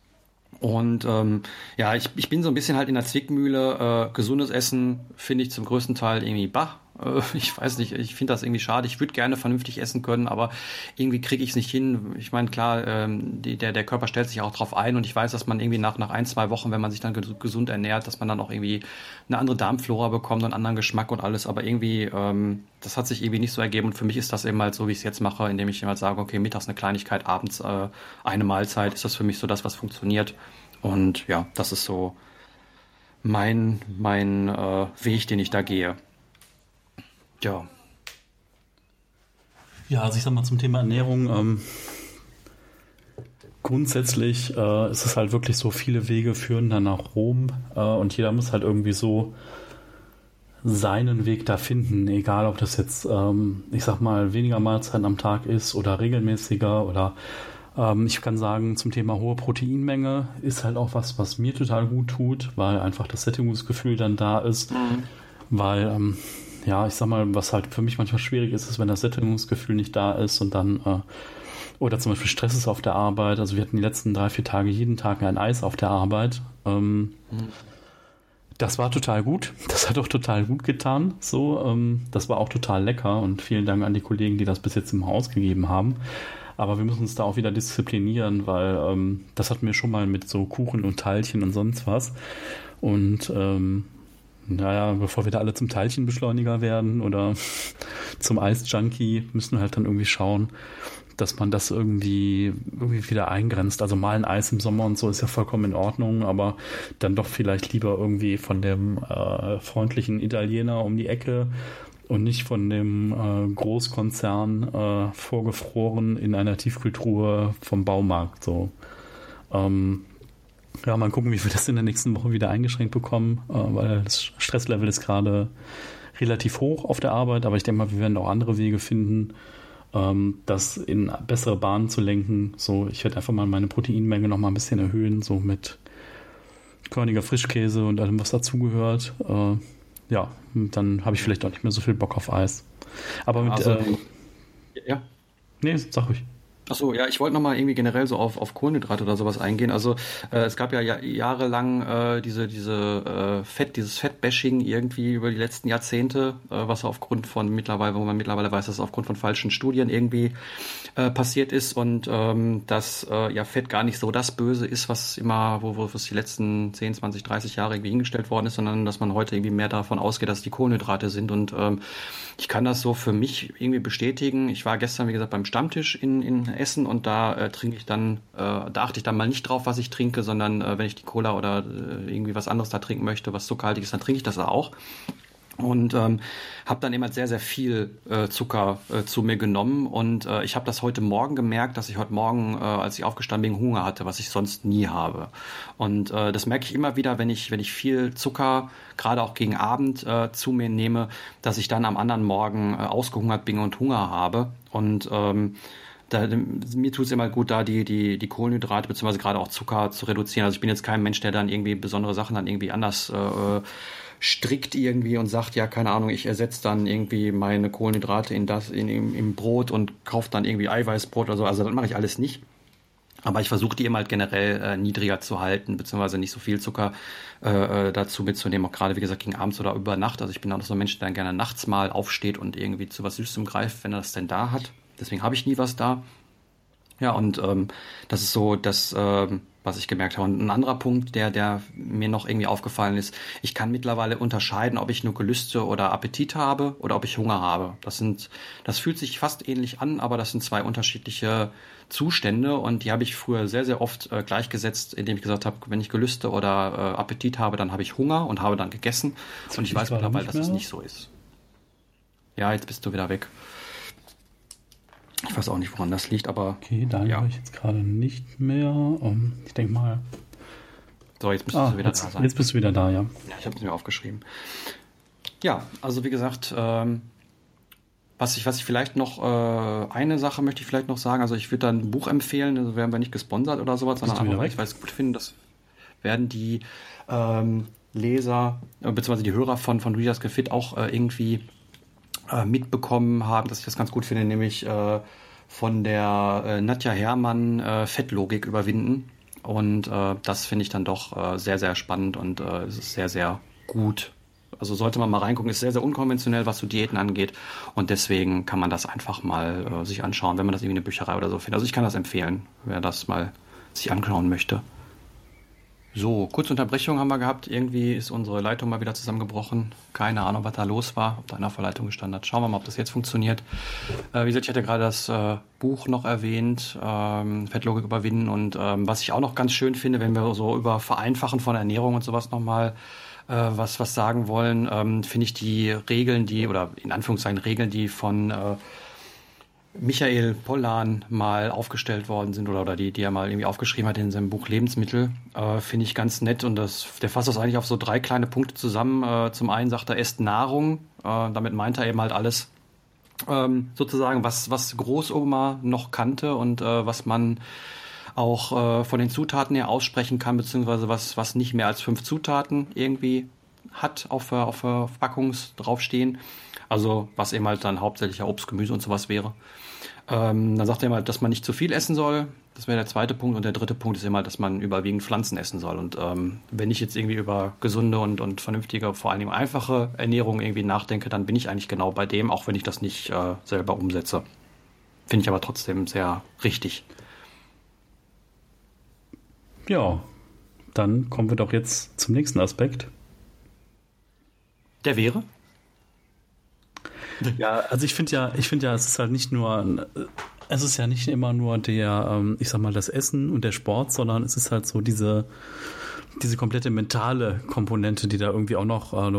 Speaker 2: Und ich bin so ein bisschen halt in der Zwickmühle. Gesundes Essen finde ich zum größten Teil irgendwie ich weiß nicht, ich finde das irgendwie schade. Ich würde gerne vernünftig essen können, aber irgendwie kriege ich es nicht hin. Ich meine, klar, der Körper stellt sich auch drauf ein und ich weiß, dass man irgendwie nach 1-2 Wochen, wenn man sich dann gesund ernährt, dass man dann auch irgendwie eine andere Darmflora bekommt und einen anderen Geschmack und alles. Aber irgendwie, das hat sich irgendwie nicht so ergeben und für mich ist das eben halt so, wie ich es jetzt mache, indem ich immer sage, okay, mittags eine Kleinigkeit, abends eine Mahlzeit, ist das für mich so das, was funktioniert. Und ja, das ist so mein Weg, den ich da gehe. Ja.
Speaker 3: Ja, also ich sag mal zum Thema Ernährung, grundsätzlich ist es halt wirklich so, viele Wege führen dann nach Rom und jeder muss halt irgendwie so seinen Weg da finden, egal ob das jetzt, ich sag mal, weniger Mahlzeiten am Tag ist oder regelmäßiger oder ich kann sagen, zum Thema hohe Proteinmenge ist halt auch was mir total gut tut, weil einfach das Sättigungsgefühl dann da ist, weil ich sag mal, was halt für mich manchmal schwierig ist, ist, wenn das Sättigungsgefühl nicht da ist und dann, oder zum Beispiel Stress ist auf der Arbeit. Also wir hatten die letzten 3-4 Tage jeden Tag ein Eis auf der Arbeit. Das war total gut. Das hat auch total gut getan. So, das war auch total lecker und vielen Dank an die Kollegen, die das bis jetzt im Haus gegeben haben. Aber wir müssen uns da auch wieder disziplinieren, weil das hatten wir schon mal mit so Kuchen und Teilchen und sonst was. Und bevor wir da alle zum Teilchenbeschleuniger werden oder zum Eisjunkie, müssen wir halt dann irgendwie schauen, dass man das irgendwie wieder eingrenzt. Also mal ein Eis im Sommer und so ist ja vollkommen in Ordnung, aber dann doch vielleicht lieber irgendwie von dem freundlichen Italiener um die Ecke und nicht von dem Großkonzern vorgefroren in einer Tiefkühltruhe vom Baumarkt. So. Mal gucken, wie wir das in der nächsten Woche wieder eingeschränkt bekommen, weil das Stresslevel ist gerade relativ hoch auf der Arbeit, aber ich denke mal, wir werden auch andere Wege finden, das in bessere Bahnen zu lenken. So, ich werde einfach mal meine Proteinmenge noch mal ein bisschen erhöhen, so mit körniger Frischkäse und allem, was dazugehört. Dann habe ich vielleicht auch nicht mehr so viel Bock auf Eis. Aber mit...
Speaker 2: ja.
Speaker 3: Nee, sag ruhig.
Speaker 2: Achso, ja, ich wollte nochmal irgendwie generell so auf Kohlenhydrate oder sowas eingehen. Also es gab ja jahrelang dieses Fettbashing irgendwie über die letzten Jahrzehnte, was aufgrund von wo man mittlerweile weiß, dass es aufgrund von falschen Studien irgendwie passiert ist und dass Fett gar nicht so das Böse ist, was immer, wo es die letzten 10, 20, 30 Jahre irgendwie hingestellt worden ist, sondern dass man heute irgendwie mehr davon ausgeht, dass es die Kohlenhydrate sind und ich kann das so für mich irgendwie bestätigen. Ich war gestern, wie gesagt, beim Stammtisch in Essen und da trinke ich dann, da achte ich dann mal nicht drauf, was ich trinke, sondern wenn ich die Cola oder irgendwie was anderes da trinken möchte, was zuckerhaltig ist, dann trinke ich das auch. Und habe dann immer sehr, sehr viel Zucker zu mir genommen. Und ich habe das heute Morgen gemerkt, dass ich heute Morgen, als ich aufgestanden bin, Hunger hatte, was ich sonst nie habe. Und das merke ich immer wieder, wenn ich viel Zucker, gerade auch gegen Abend, zu mir nehme, dass ich dann am anderen Morgen ausgehungert bin und Hunger habe. Und mir tut es immer gut, da die Kohlenhydrate bzw. gerade auch Zucker zu reduzieren. Also ich bin jetzt kein Mensch, der dann irgendwie besondere Sachen dann irgendwie anders strickt irgendwie und sagt, ja, keine Ahnung, ich ersetze dann irgendwie meine Kohlenhydrate im Brot und kaufe dann irgendwie Eiweißbrot oder so. Also das mache ich alles nicht. Aber ich versuche die eben halt generell niedriger zu halten, beziehungsweise nicht so viel Zucker dazu mitzunehmen, auch gerade, wie gesagt, gegen abends oder über Nacht. Also ich bin auch so ein Mensch, der dann gerne nachts mal aufsteht und irgendwie zu was Süßem greift, wenn er das denn da hat. Deswegen habe ich nie was da. Ja, und das ist so das, was ich gemerkt habe. Und ein anderer Punkt, der mir noch irgendwie aufgefallen ist, ich kann mittlerweile unterscheiden, ob ich nur Gelüste oder Appetit habe oder ob ich Hunger habe. Das fühlt sich fast ähnlich an, aber das sind zwei unterschiedliche Zustände und die habe ich früher sehr, sehr oft gleichgesetzt, indem ich gesagt habe, wenn ich Gelüste oder Appetit habe, dann habe ich Hunger und habe dann gegessen. Und ich weiß mittlerweile, dass es nicht so ist. Ja, jetzt bist du wieder weg. Ich weiß auch nicht, woran das liegt, aber...
Speaker 3: Okay, da höre ich jetzt gerade nicht mehr. Ich denke mal...
Speaker 2: So, jetzt müsstest du wieder da sein.
Speaker 3: Jetzt bist du wieder da, ja.
Speaker 2: Ja, ich habe es mir aufgeschrieben. Ja, also wie gesagt, was ich vielleicht noch... eine Sache möchte ich vielleicht noch sagen. Also ich würde da ein Buch empfehlen, also werden wir nicht gesponsert oder sowas, sondern einfach, weil ich es gut finde, das werden die Leser, beziehungsweise die Hörer von Readers Get Fit auch irgendwie... mitbekommen haben, dass ich das ganz gut finde, nämlich von der Nadja Herrmann Fettlogik überwinden. Und das finde ich dann doch sehr, sehr spannend und es ist sehr, sehr gut. Also sollte man mal reingucken, ist sehr, sehr unkonventionell, was so Diäten angeht. Und deswegen kann man das einfach mal sich anschauen, wenn man das irgendwie in der Bücherei oder so findet. Also ich kann das empfehlen, wer das mal sich anschauen möchte. So, kurze Unterbrechung haben wir gehabt. Irgendwie ist unsere Leitung mal wieder zusammengebrochen. Keine Ahnung, was da los war, ob da einer vor Leitung gestanden hat. Schauen wir mal, ob das jetzt funktioniert. Wie gesagt, ich hatte gerade das Buch noch erwähnt, Fettlogik überwinden. Und was ich auch noch ganz schön finde, wenn wir so über Vereinfachen von Ernährung und sowas nochmal was sagen wollen, finde ich die Regeln, oder in Anführungszeichen Regeln, die von Michael Pollan mal aufgestellt worden sind oder die er mal irgendwie aufgeschrieben hat in seinem Buch Lebensmittel, finde ich ganz nett und der fasst das eigentlich auf so 3 kleine Punkte zusammen. Zum einen sagt er, esst Nahrung, damit meint er eben halt alles sozusagen, was Großoma noch kannte und was man auch von den Zutaten her aussprechen kann, beziehungsweise was nicht mehr als 5 Zutaten irgendwie hat auf Verpackungs draufstehen. Also was eben halt dann hauptsächlich Obst, Gemüse und sowas wäre. Dann sagt er mal, dass man nicht zu viel essen soll. Das wäre der zweite Punkt. Und der dritte Punkt ist immer, dass man überwiegend Pflanzen essen soll. Und wenn ich jetzt irgendwie über gesunde und vernünftige, vor allem einfache Ernährung irgendwie nachdenke, dann bin ich eigentlich genau bei dem, auch wenn ich das nicht selber umsetze. Finde ich aber trotzdem sehr richtig.
Speaker 3: Ja, dann kommen wir doch jetzt zum nächsten Aspekt.
Speaker 2: Der wäre?
Speaker 3: Ja, also ich finde ja, es ist halt nicht nur, es ist ja nicht immer nur ich sag mal, das Essen und der Sport, sondern es ist halt so diese komplette mentale Komponente, die da irgendwie auch noch eine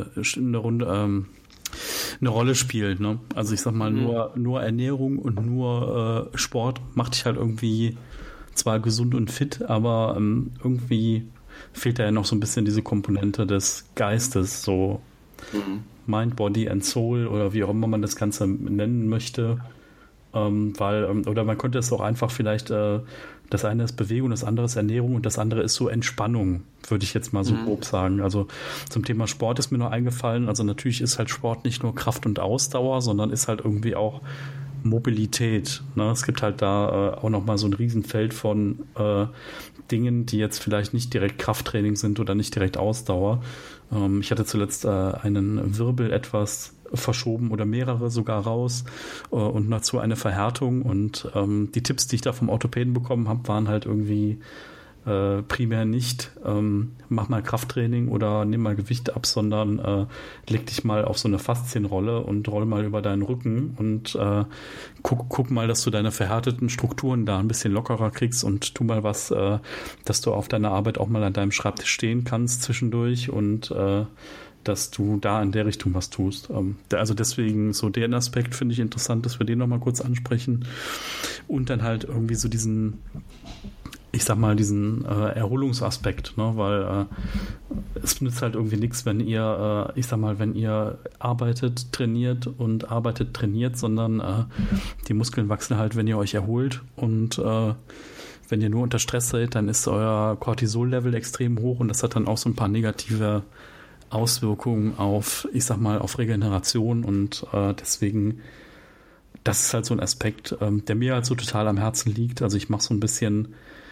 Speaker 3: Rolle spielt, ne? Also ich sag mal, nur Ernährung und nur Sport macht dich halt irgendwie zwar gesund und fit, aber irgendwie fehlt da ja noch so ein bisschen diese Komponente des Geistes, so Mind, Body and Soul oder wie auch immer man das Ganze nennen möchte, oder man könnte es auch einfach vielleicht, das eine ist Bewegung, das andere ist Ernährung und das andere ist so Entspannung, würde ich jetzt mal so grob sagen. Also zum Thema Sport ist mir noch eingefallen, also natürlich ist halt Sport nicht nur Kraft und Ausdauer, sondern ist halt irgendwie auch Mobilität. Ne? Es gibt halt da auch nochmal so ein Riesenfeld von Dingen, die jetzt vielleicht nicht direkt Krafttraining sind oder nicht direkt Ausdauer. Ich hatte zuletzt einen Wirbel etwas verschoben oder mehrere sogar raus und dazu eine Verhärtung und die Tipps, die ich da vom Orthopäden bekommen habe, waren halt irgendwie primär nicht, mach mal Krafttraining oder nimm mal Gewicht ab, sondern leg dich mal auf so eine Faszienrolle und roll mal über deinen Rücken und guck mal, dass du deine verhärteten Strukturen da ein bisschen lockerer kriegst und tu mal was, dass du auf deiner Arbeit auch mal an deinem Schreibtisch stehen kannst zwischendurch und dass du da in der Richtung was tust. Also deswegen so den Aspekt finde ich interessant, dass wir den nochmal kurz ansprechen. Und dann halt irgendwie so diesen Erholungsaspekt, ne? Weil es nützt halt irgendwie nichts, wenn ihr, wenn ihr arbeitet, trainiert, sondern die Muskeln wachsen halt, wenn ihr euch erholt und wenn ihr nur unter Stress seid, dann ist euer Cortisol-Level extrem hoch und das hat dann auch so ein paar negative Auswirkungen auf Regeneration und deswegen, das ist halt so ein Aspekt, der mir halt so total am Herzen liegt. Also ich mache so ein bisschen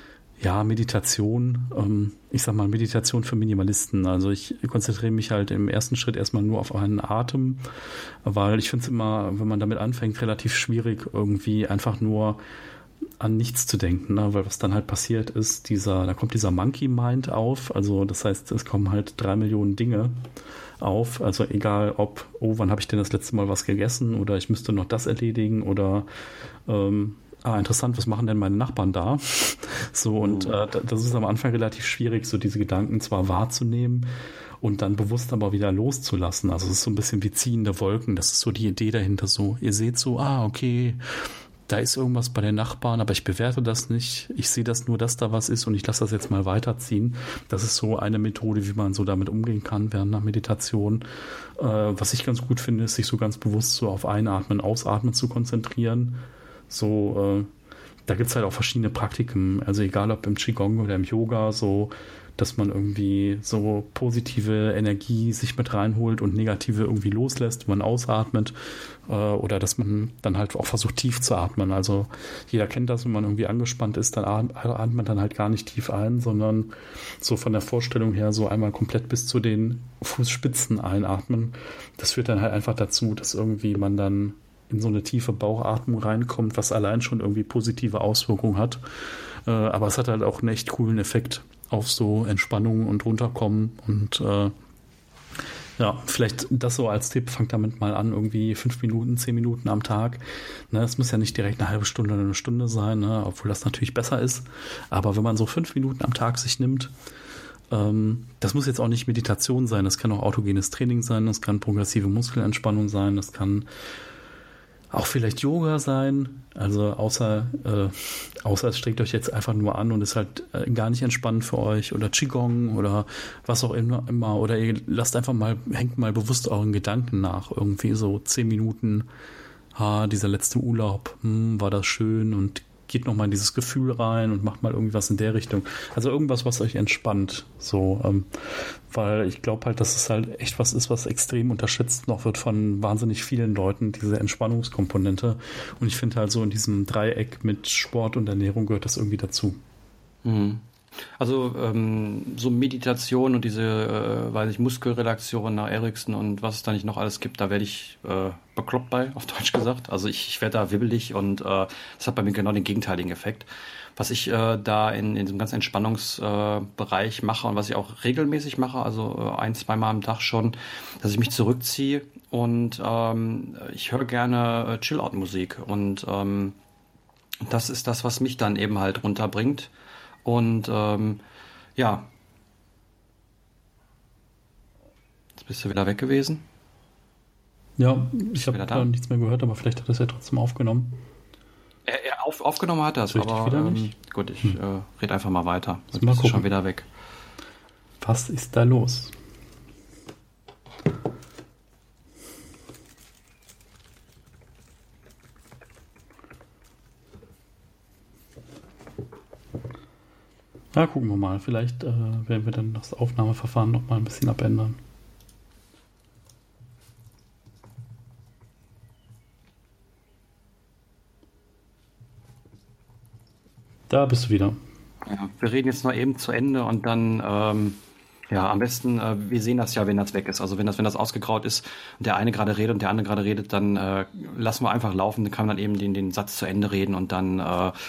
Speaker 3: Meditation, Meditation für Minimalisten. Also ich konzentriere mich halt im ersten Schritt erstmal nur auf einen Atem, weil ich finde es immer, wenn man damit anfängt, relativ schwierig, irgendwie einfach nur an nichts zu denken, ne? Weil was dann halt passiert ist, da kommt dieser Monkey Mind auf, also das heißt, es kommen halt 3 Millionen Dinge auf, also egal ob, wann habe ich denn das letzte Mal was gegessen oder ich müsste noch das erledigen oder interessant, was machen denn meine Nachbarn da? So, und das ist am Anfang relativ schwierig, so diese Gedanken zwar wahrzunehmen und dann bewusst aber wieder loszulassen. Also es ist so ein bisschen wie ziehende Wolken, das ist so die Idee dahinter so. Ihr seht so, okay, da ist irgendwas bei den Nachbarn, aber ich bewerte das nicht. Ich sehe das nur, dass da was ist und ich lasse das jetzt mal weiterziehen. Das ist so eine Methode, wie man so damit umgehen kann während einer Meditation. Was ich ganz gut finde, ist, sich so ganz bewusst so auf Einatmen, Ausatmen zu konzentrieren. So, da gibt es halt auch verschiedene Praktiken. Also egal ob im Qigong oder im Yoga, so, dass man irgendwie so positive Energie sich mit reinholt und negative irgendwie loslässt, wenn man ausatmet, oder dass man dann halt auch versucht, tief zu atmen. Also jeder kennt das, wenn man irgendwie angespannt ist, dann atmet man dann halt gar nicht tief ein, sondern so von der Vorstellung her so einmal komplett bis zu den Fußspitzen einatmen. Das führt dann halt einfach dazu, dass irgendwie man dann in so eine tiefe Bauchatmung reinkommt, was allein schon irgendwie positive Auswirkungen hat. Aber es hat halt auch einen echt coolen Effekt auf so Entspannung und Runterkommen und vielleicht das so als Tipp, fangt damit mal an, irgendwie 5 Minuten, 10 Minuten am Tag. Ne, es muss ja nicht direkt eine halbe Stunde oder eine Stunde sein, ne, obwohl das natürlich besser ist. Aber wenn man so 5 Minuten am Tag sich nimmt, das muss jetzt auch nicht Meditation sein, das kann auch autogenes Training sein, das kann progressive Muskelentspannung sein, das kann auch vielleicht Yoga sein, also außer es streckt euch jetzt einfach nur an und ist halt gar nicht entspannend für euch oder Qigong oder was auch immer oder ihr hängt mal bewusst euren Gedanken nach, irgendwie so 10 Minuten, dieser letzte Urlaub, war das schön und geht nochmal in dieses Gefühl rein und macht mal irgendwas in der Richtung. Also irgendwas, was euch entspannt. So, weil ich glaube halt, dass es halt echt was ist, was extrem unterschätzt noch wird von wahnsinnig vielen Leuten, diese Entspannungskomponente. Und ich finde halt so in diesem Dreieck mit Sport und Ernährung gehört das irgendwie dazu.
Speaker 2: Mhm. Also so Meditation und diese, Muskelrelaxation nach Ericsson und was es da nicht noch alles gibt, da werde ich bekloppt bei, auf Deutsch gesagt. Also ich werde da wibbelig und das hat bei mir genau den gegenteiligen Effekt. Was ich da in diesem ganzen Entspannungsbereich mache und was ich auch regelmäßig mache, also 1-2 Mal am Tag schon, dass ich mich zurückziehe und ich höre gerne Chill-Out-Musik und das ist das, was mich dann eben halt runterbringt. Und jetzt bist du wieder weg gewesen.
Speaker 3: Ja, ich habe da nichts mehr gehört, aber vielleicht hat er es ja trotzdem aufgenommen.
Speaker 2: Aufgenommen hat er es, aber
Speaker 3: wieder nicht.
Speaker 2: Gut, ich rede einfach mal weiter.
Speaker 3: Jetzt bist du
Speaker 2: schon wieder weg.
Speaker 3: Was ist da los? Na, gucken wir mal. Vielleicht werden wir dann das Aufnahmeverfahren noch mal ein bisschen abändern. Da bist du wieder.
Speaker 2: Ja, wir reden jetzt noch eben zu Ende und dann, am besten, wir sehen das ja, wenn das weg ist. Also wenn das ausgegraut ist und der eine gerade redet und der andere gerade redet, dann lassen wir einfach laufen, dann kann man dann eben den Satz zu Ende reden und dann,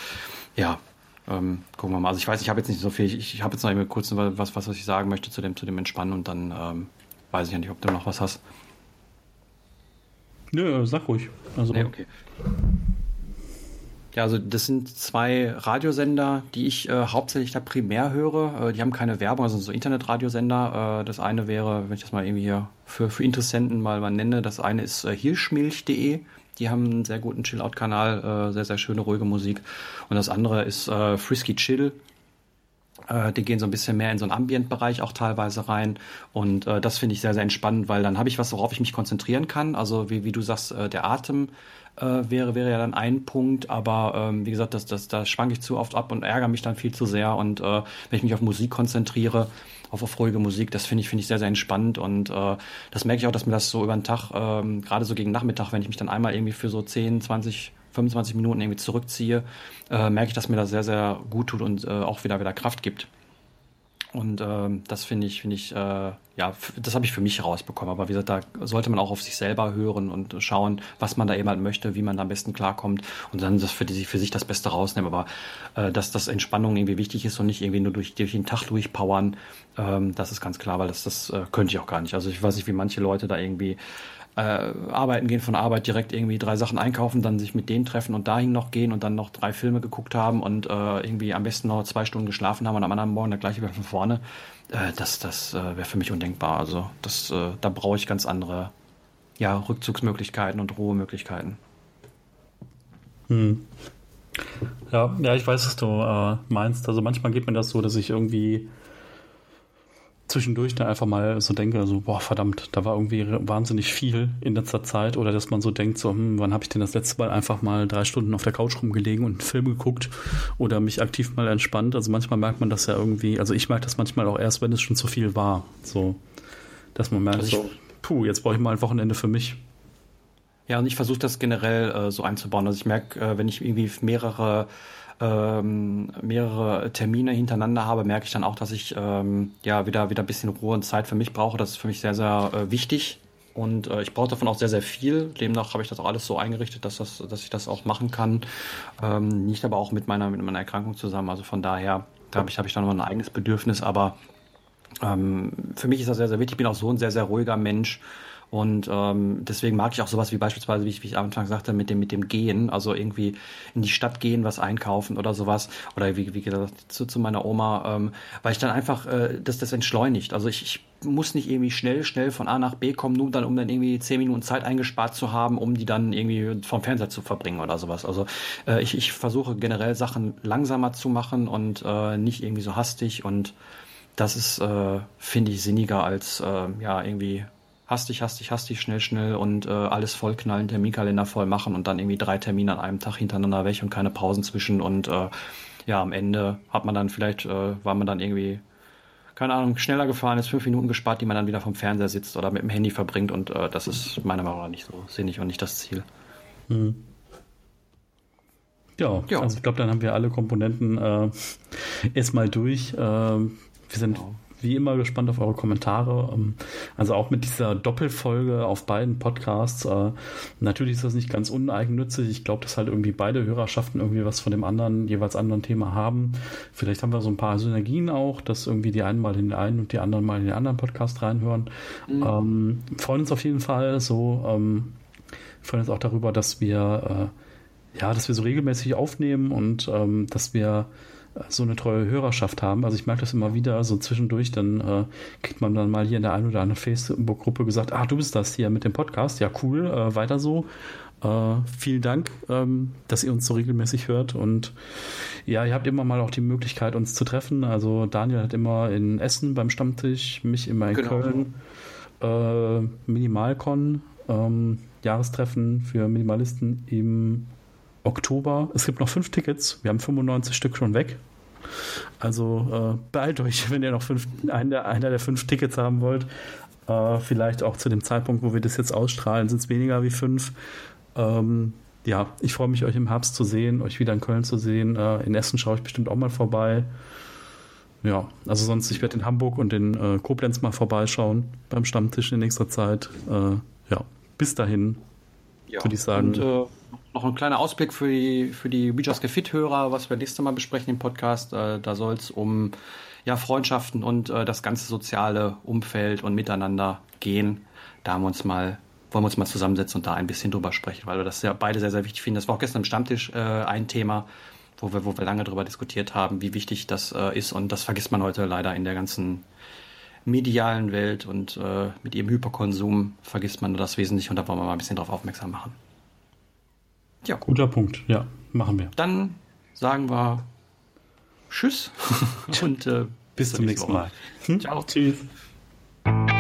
Speaker 2: gucken wir mal. Also ich weiß, ich habe jetzt nicht so viel, ich habe jetzt noch eben kurz was ich sagen möchte zu dem Entspannen und dann weiß ich ja nicht, ob du noch was hast.
Speaker 3: Nö, sag ruhig. Also,
Speaker 2: nee, okay. Ja, also das sind 2 Radiosender, die ich hauptsächlich da primär höre. Die haben keine Werbung, also so Internetradiosender. Das eine wäre, wenn ich das mal irgendwie hier für Interessenten mal nenne, das eine ist hirschmilch.de. Die haben einen sehr guten Chill-Out-Kanal, sehr, sehr schöne, ruhige Musik. Und das andere ist Frisky Chill. Die gehen so ein bisschen mehr in so einen Ambient-Bereich auch teilweise rein. Und das finde ich sehr, sehr entspannend, weil dann habe ich was, worauf ich mich konzentrieren kann. Also wie du sagst, der Atem wäre ja dann ein Punkt. Aber wie gesagt, da schwanke ich zu oft ab und ärgere mich dann viel zu sehr. Und wenn ich mich auf Musik konzentriere, auf ruhige Musik, das finde ich sehr, sehr entspannend. Und das merke ich auch, dass mir das so über den Tag, gerade so gegen Nachmittag, wenn ich mich dann einmal irgendwie für so 10, 20, 25 Minuten irgendwie zurückziehe, merke ich, dass mir das sehr, sehr gut tut und auch wieder Kraft gibt. Und das finde ich, das habe ich für mich rausbekommen. Aber wie gesagt, da sollte man auch auf sich selber hören und schauen, was man da eben halt möchte, wie man da am besten klarkommt und dann das für sich das Beste rausnehmen. Aber dass das Entspannung irgendwie wichtig ist und nicht irgendwie nur durch den Tag durchpowern, das ist ganz klar, weil das könnte ich auch gar nicht. Also ich weiß nicht, wie manche Leute da irgendwie arbeiten gehen, von Arbeit direkt irgendwie 3 Sachen einkaufen, dann sich mit denen treffen und dahin noch gehen und dann noch 3 Filme geguckt haben und irgendwie am besten noch 2 Stunden geschlafen haben und am anderen Morgen der gleiche wieder von vorne. Das wäre für mich undenkbar. Also da brauche ich ganz andere Rückzugsmöglichkeiten und Ruhemöglichkeiten.
Speaker 3: Ja, ich weiß, was du meinst. Also manchmal geht mir das so, dass ich irgendwie zwischendurch da einfach mal so denke, so, boah, verdammt, da war irgendwie wahnsinnig viel in letzter Zeit, oder dass man so denkt, so, wann habe ich denn das letzte Mal einfach mal 3 Stunden auf der Couch rumgelegen und einen Film geguckt oder mich aktiv mal entspannt. Also manchmal merkt man das ja irgendwie, also ich merke das manchmal auch erst, wenn es schon zu viel war, so, dass man merkt, so, jetzt brauche ich mal ein Wochenende für mich.
Speaker 2: Ja, und ich versuche das generell so einzubauen. Also ich merke, wenn ich irgendwie mehrere Termine hintereinander habe, merke ich dann auch, dass ich wieder ein bisschen Ruhe und Zeit für mich brauche. Das ist für mich sehr, sehr wichtig und ich brauche davon auch sehr, sehr viel. Demnach habe ich das auch alles so eingerichtet, dass ich das auch machen kann. Nicht aber auch mit meiner Erkrankung zusammen. Also von daher, da habe ich dann noch ein eigenes Bedürfnis, aber für mich ist das sehr, sehr wichtig. Ich bin auch so ein sehr, sehr ruhiger Mensch. Und deswegen mag ich auch sowas wie beispielsweise, wie ich am Anfang sagte, mit dem Gehen, also irgendwie in die Stadt gehen, was einkaufen oder sowas, oder wie gesagt, zu meiner Oma, weil ich dann einfach, das entschleunigt. Also ich muss nicht irgendwie schnell von A nach B kommen, nur dann, um dann irgendwie 10 Minuten Zeit eingespart zu haben, um die dann irgendwie vom Fernseher zu verbringen oder sowas. Also ich versuche generell Sachen langsamer zu machen und nicht irgendwie so hastig, und das ist, finde ich, sinniger als irgendwie hastig, schnell und alles vollknallen, Terminkalender voll machen und dann irgendwie 3 Termine an einem Tag hintereinander weg und keine Pausen zwischen, und am Ende hat man dann vielleicht, war man dann irgendwie, keine Ahnung, schneller gefahren, ist 5 Minuten gespart, die man dann wieder vom Fernseher sitzt oder mit dem Handy verbringt, und das ist meiner Meinung nach nicht so sinnig und nicht das Ziel.
Speaker 3: Ja, also ich glaube, dann haben wir alle Komponenten erstmal durch. Wir sind wie immer gespannt auf eure Kommentare. Also auch mit dieser Doppelfolge auf beiden Podcasts. Natürlich ist das nicht ganz uneigennützig. Ich glaube, dass halt irgendwie beide Hörerschaften irgendwie was von dem jeweils anderen Thema haben. Vielleicht haben wir so ein paar Synergien auch, dass irgendwie die einen mal in den einen und die anderen mal in den anderen Podcast reinhören. Freuen uns auf jeden Fall so. Freuen uns auch darüber, dass wir so regelmäßig aufnehmen und dass wir so eine treue Hörerschaft haben. Also ich merke das immer wieder, so zwischendurch, dann kriegt man dann mal hier in der einen oder anderen Facebook-Gruppe gesagt, du bist das hier mit dem Podcast, ja cool, weiter so. Vielen Dank, dass ihr uns so regelmäßig hört, und ja, ihr habt immer mal auch die Möglichkeit, uns zu treffen. Also Daniel hat immer in Essen beim Stammtisch, mich immer in Köln, Minimalcon, Jahrestreffen für Minimalisten im Oktober. Es gibt noch 5 Tickets. Wir haben 95 Stück schon weg. Also beeilt euch, wenn ihr noch einer der 5 Tickets haben wollt. Vielleicht auch zu dem Zeitpunkt, wo wir das jetzt ausstrahlen, sind es weniger wie 5. Ich freue mich, euch im Herbst zu sehen, euch wieder in Köln zu sehen. In Essen schaue ich bestimmt auch mal vorbei. Ja, also sonst, ich werde in Hamburg und in Koblenz mal vorbeischauen beim Stammtisch in nächster Zeit. Bis dahin, würde ich sagen.
Speaker 2: Und noch ein kleiner Ausblick für die We Just Get Fit-Hörer, was wir nächstes Mal besprechen im Podcast. Da soll es um Freundschaften und das ganze soziale Umfeld und Miteinander gehen. Da wollen wollen wir uns mal zusammensetzen und da ein bisschen drüber sprechen, weil wir das ja beide sehr, sehr wichtig finden. Das war auch gestern im Stammtisch ein Thema, wo wir lange drüber diskutiert haben, wie wichtig das ist, und das vergisst man heute leider in der ganzen medialen Welt, und mit ihrem Hyperkonsum vergisst man das wesentlich, und da wollen wir mal ein bisschen drauf aufmerksam machen.
Speaker 3: Ja. Guter Punkt, ja, machen wir.
Speaker 2: Dann sagen wir Tschüss und
Speaker 3: bis zum nächsten Mal.
Speaker 2: Ciao.
Speaker 3: Tschüss.